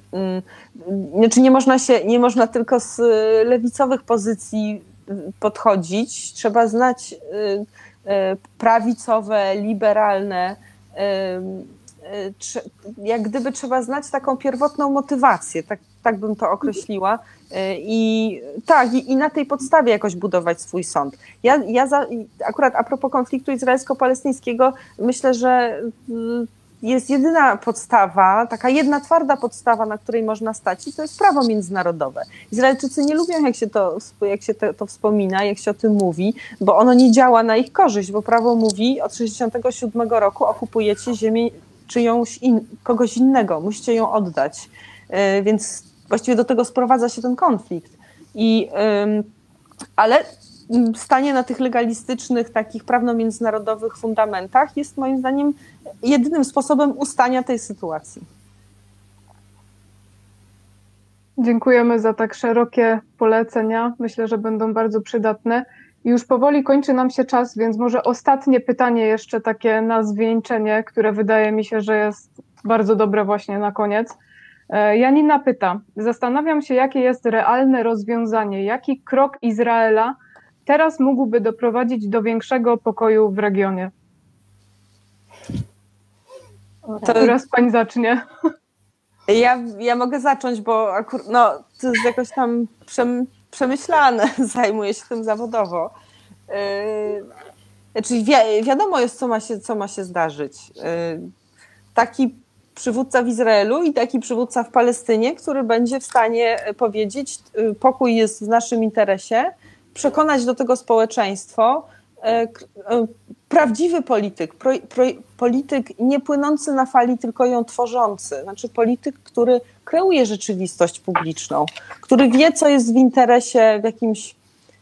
znaczy nie można się, nie można tylko z lewicowych pozycji podchodzić, trzeba znać prawicowe, liberalne jak gdyby trzeba znać taką pierwotną motywację, tak, tak bym to określiła. I tak, i, i na tej podstawie jakoś budować swój sąd. Ja, ja za, akurat a propos konfliktu izraelsko-palestyńskiego, myślę, że jest jedyna podstawa, taka jedna twarda podstawa, na której można stać, i to jest prawo międzynarodowe. Izraelczycy nie lubią, jak się to, jak się to, to wspomina, jak się o tym mówi, bo ono nie działa na ich korzyść, bo prawo mówi, od tysiąc dziewięćset sześćdziesiątego siódmego roku okupujecie ziemię czyjąś in, kogoś innego, musicie ją oddać. Yy, więc właściwie do tego sprowadza się ten konflikt. I, yy, ale stanie na tych legalistycznych, takich prawno-międzynarodowych fundamentach jest moim zdaniem jedynym sposobem ustania tej sytuacji. Dziękujemy za tak szerokie polecenia. Myślę, że będą bardzo przydatne. Już powoli kończy nam się czas, więc może ostatnie pytanie jeszcze takie na zwieńczenie, które wydaje mi się, że jest bardzo dobre właśnie na koniec. Janina pyta, zastanawiam się, jakie jest realne rozwiązanie, jaki krok Izraela teraz mógłby doprowadzić do większego pokoju w regionie? To która z pań zacznie? Ja, ja mogę zacząć, bo akurat, no, to jest jakoś tam przemyślane, zajmuję się tym zawodowo. Yy, czyli wi- wiadomo jest, co ma się, co ma się zdarzyć. Yy, taki przywódca w Izraelu i taki przywódca w Palestynie, który będzie w stanie powiedzieć, yy, pokój jest w naszym interesie, przekonać do tego społeczeństwo, prawdziwy polityk, pro, pro, polityk nie płynący na fali, tylko ją tworzący, znaczy polityk, który kreuje rzeczywistość publiczną, który wie, co jest w interesie w jakimś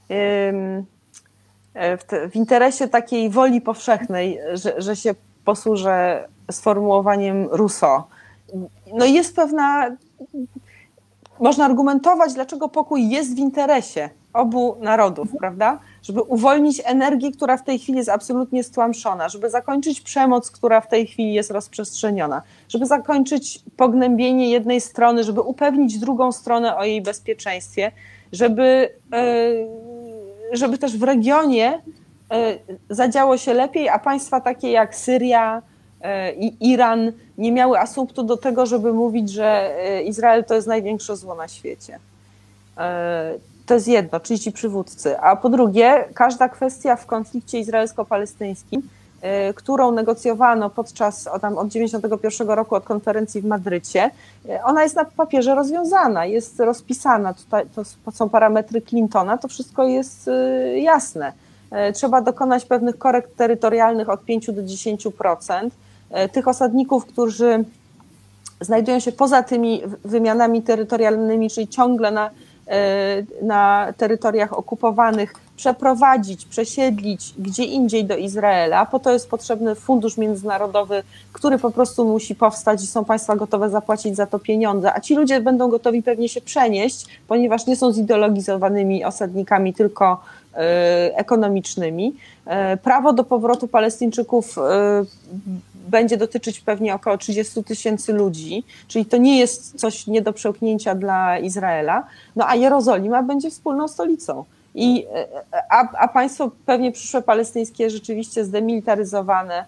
w, te, w interesie takiej woli powszechnej, że, że się posłużę sformułowaniem Rousseau. No i jest pewna, można argumentować, dlaczego pokój jest w interesie obu narodów, prawda? Żeby uwolnić energię, która w tej chwili jest absolutnie stłamszona, żeby zakończyć przemoc, która w tej chwili jest rozprzestrzeniona, żeby zakończyć pognębienie jednej strony, żeby upewnić drugą stronę o jej bezpieczeństwie, żeby, żeby też w regionie zadziało się lepiej, a państwa takie jak Syria i Iran nie miały asumptu do tego, żeby mówić, że Izrael to jest największe zło na świecie. To jest jedno, czyli ci przywódcy. A po drugie, każda kwestia w konflikcie izraelsko-palestyńskim, którą negocjowano podczas tam, od tysiąc dziewięćset dziewięćdziesiątego pierwszego roku od konferencji w Madrycie, ona jest na papierze rozwiązana, jest rozpisana. Tutaj to są parametry Clintona, to wszystko jest jasne. Trzeba dokonać pewnych korekt terytorialnych od pięć do dziesięciu procent. Tych osadników, którzy znajdują się poza tymi wymianami terytorialnymi, czyli ciągle na na terytoriach okupowanych, przeprowadzić, przesiedlić gdzie indziej do Izraela. Po to jest potrzebny fundusz międzynarodowy, który po prostu musi powstać i są państwa gotowe zapłacić za to pieniądze, a ci ludzie będą gotowi pewnie się przenieść, ponieważ nie są zideologizowanymi osadnikami, tylko ekonomicznymi. Prawo do powrotu Palestyńczyków będzie dotyczyć pewnie około trzydziestu tysięcy ludzi, czyli to nie jest coś nie do przełknięcia dla Izraela, no a Jerozolima będzie wspólną stolicą. I, a, a państwo pewnie przyszłe palestyńskie rzeczywiście zdemilitaryzowane.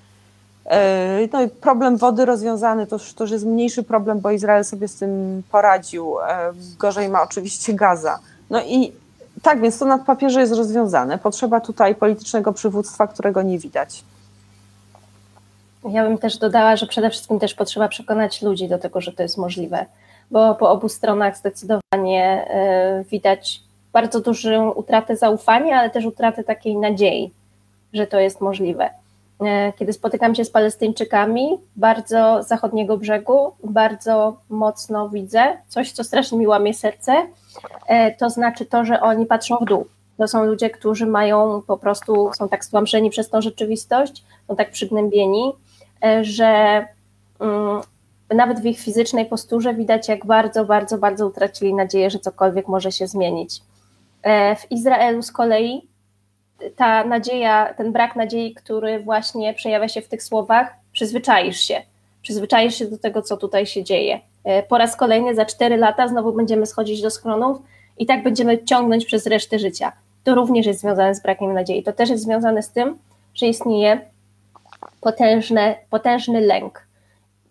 No i problem wody rozwiązany, to, to już jest mniejszy problem, bo Izrael sobie z tym poradził. Gorzej ma oczywiście Gaza. No i tak, więc to na papierze jest rozwiązane. Potrzeba tutaj politycznego przywództwa, którego nie widać. Ja bym też dodała, że przede wszystkim też potrzeba przekonać ludzi do tego, że to jest możliwe, bo po obu stronach zdecydowanie widać bardzo dużą utratę zaufania, ale też utratę takiej nadziei, że to jest możliwe. Kiedy spotykam się z Palestyńczykami bardzo z zachodniego brzegu, bardzo mocno widzę coś, co strasznie mi łamie serce, to znaczy to, że oni patrzą w dół. To są ludzie, którzy mają po prostu, są tak stłamszeni przez tą rzeczywistość, są tak przygnębieni, że um, nawet w ich fizycznej posturze widać, jak bardzo, bardzo, bardzo utracili nadzieję, że cokolwiek może się zmienić. W Izraelu z kolei ta nadzieja, ten brak nadziei, który właśnie przejawia się w tych słowach, przyzwyczaisz się. Przyzwyczaisz się do tego, co tutaj się dzieje. Po raz kolejny za cztery lata znowu będziemy schodzić do schronów i tak będziemy ciągnąć przez resztę życia. To również jest związane z brakiem nadziei. To też jest związane z tym, że istnieje potężny, potężny lęk.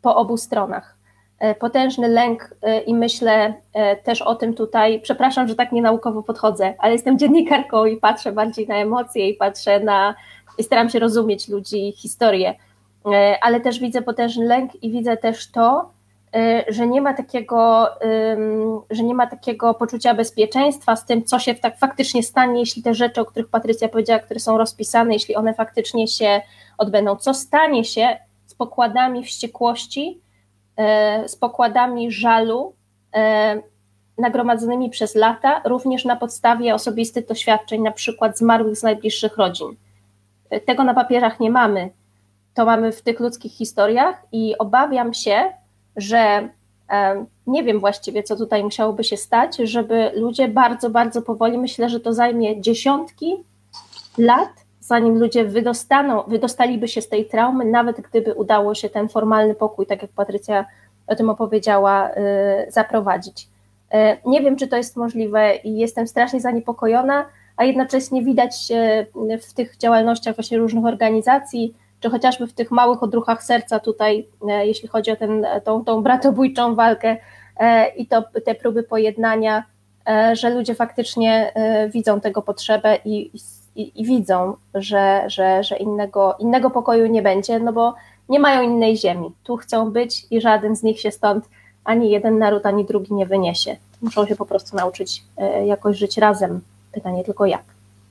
po obu stronach. Potężny lęk i myślę też o tym tutaj, przepraszam, że tak nienaukowo podchodzę, ale jestem dziennikarką i patrzę bardziej na emocje i patrzę na, i staram się rozumieć ludzi, historię, ale też widzę potężny lęk i widzę też to, że nie ma takiego, że nie ma takiego poczucia bezpieczeństwa z tym, co się tak faktycznie stanie, jeśli te rzeczy, o których Patrycja powiedziała, które są rozpisane, jeśli one faktycznie się odbędą. Co stanie się z pokładami wściekłości, z pokładami żalu nagromadzonymi przez lata, również na podstawie osobistych doświadczeń, na przykład zmarłych z najbliższych rodzin. Tego na papierach nie mamy, to mamy w tych ludzkich historiach i obawiam się, że nie wiem właściwie, co tutaj musiałoby się stać, żeby ludzie bardzo, bardzo powoli, myślę, że to zajmie dziesiątki lat, zanim ludzie wydostaną, wydostaliby się z tej traumy, nawet gdyby udało się ten formalny pokój, tak jak Patrycja o tym opowiedziała, zaprowadzić. Nie wiem, czy to jest możliwe i jestem strasznie zaniepokojona, a jednocześnie widać w tych działalnościach właśnie różnych organizacji, czy chociażby w tych małych odruchach serca tutaj, jeśli chodzi o ten, tą, tą bratobójczą walkę i to, te próby pojednania, że ludzie faktycznie widzą tego potrzebę i, i, i widzą, że, że, że innego, innego pokoju nie będzie, no bo nie mają innej ziemi. Tu chcą być i żaden z nich się stąd, ani jeden naród, ani drugi nie wyniesie. Muszą się po prostu nauczyć jakoś żyć razem. Pytanie tylko jak.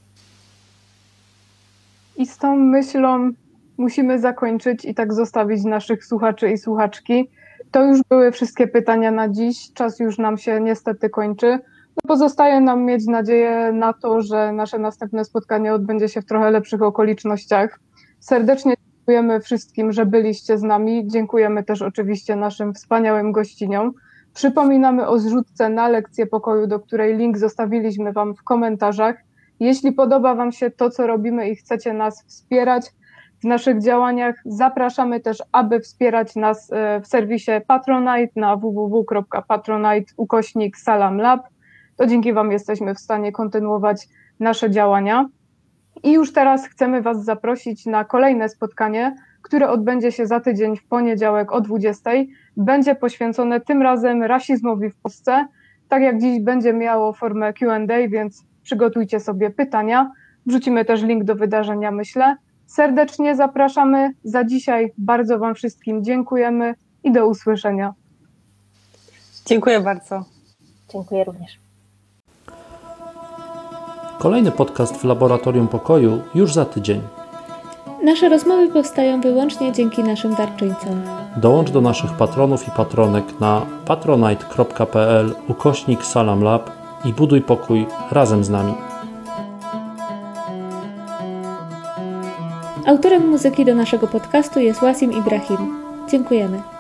I z tą myślą musimy zakończyć i tak zostawić naszych słuchaczy i słuchaczki. To już były wszystkie pytania na dziś. Czas już nam się niestety kończy. No pozostaje nam mieć nadzieję na to, że nasze następne spotkanie odbędzie się w trochę lepszych okolicznościach. Serdecznie dziękujemy wszystkim, że byliście z nami. Dziękujemy też oczywiście naszym wspaniałym gościniom. Przypominamy o zrzutce na lekcję pokoju, do której link zostawiliśmy Wam w komentarzach. Jeśli podoba Wam się to, co robimy i chcecie nas wspierać w naszych działaniach, zapraszamy też, aby wspierać nas w serwisie Patronite na w w w kropka patronite ukośnik Salam Lab. To dzięki Wam jesteśmy w stanie kontynuować nasze działania. I już teraz chcemy Was zaprosić na kolejne spotkanie, które odbędzie się za tydzień w poniedziałek o dwudziestej. Będzie poświęcone tym razem rasizmowi w Polsce. Tak jak dziś będzie miało formę Q and A, więc przygotujcie sobie pytania. Wrzucimy też link do wydarzenia, myślę. Serdecznie zapraszamy. Za dzisiaj bardzo Wam wszystkim dziękujemy i do usłyszenia. Dziękuję bardzo. Dziękuję również. Kolejny podcast w Laboratorium Pokoju już za tydzień. Nasze rozmowy powstają wyłącznie dzięki naszym darczyńcom. Dołącz do naszych patronów i patronek na patronite kropka p l ukośnik Salam Lab i buduj pokój razem z nami. Autorem muzyki do naszego podcastu jest Wasim Ibrahim. Dziękujemy.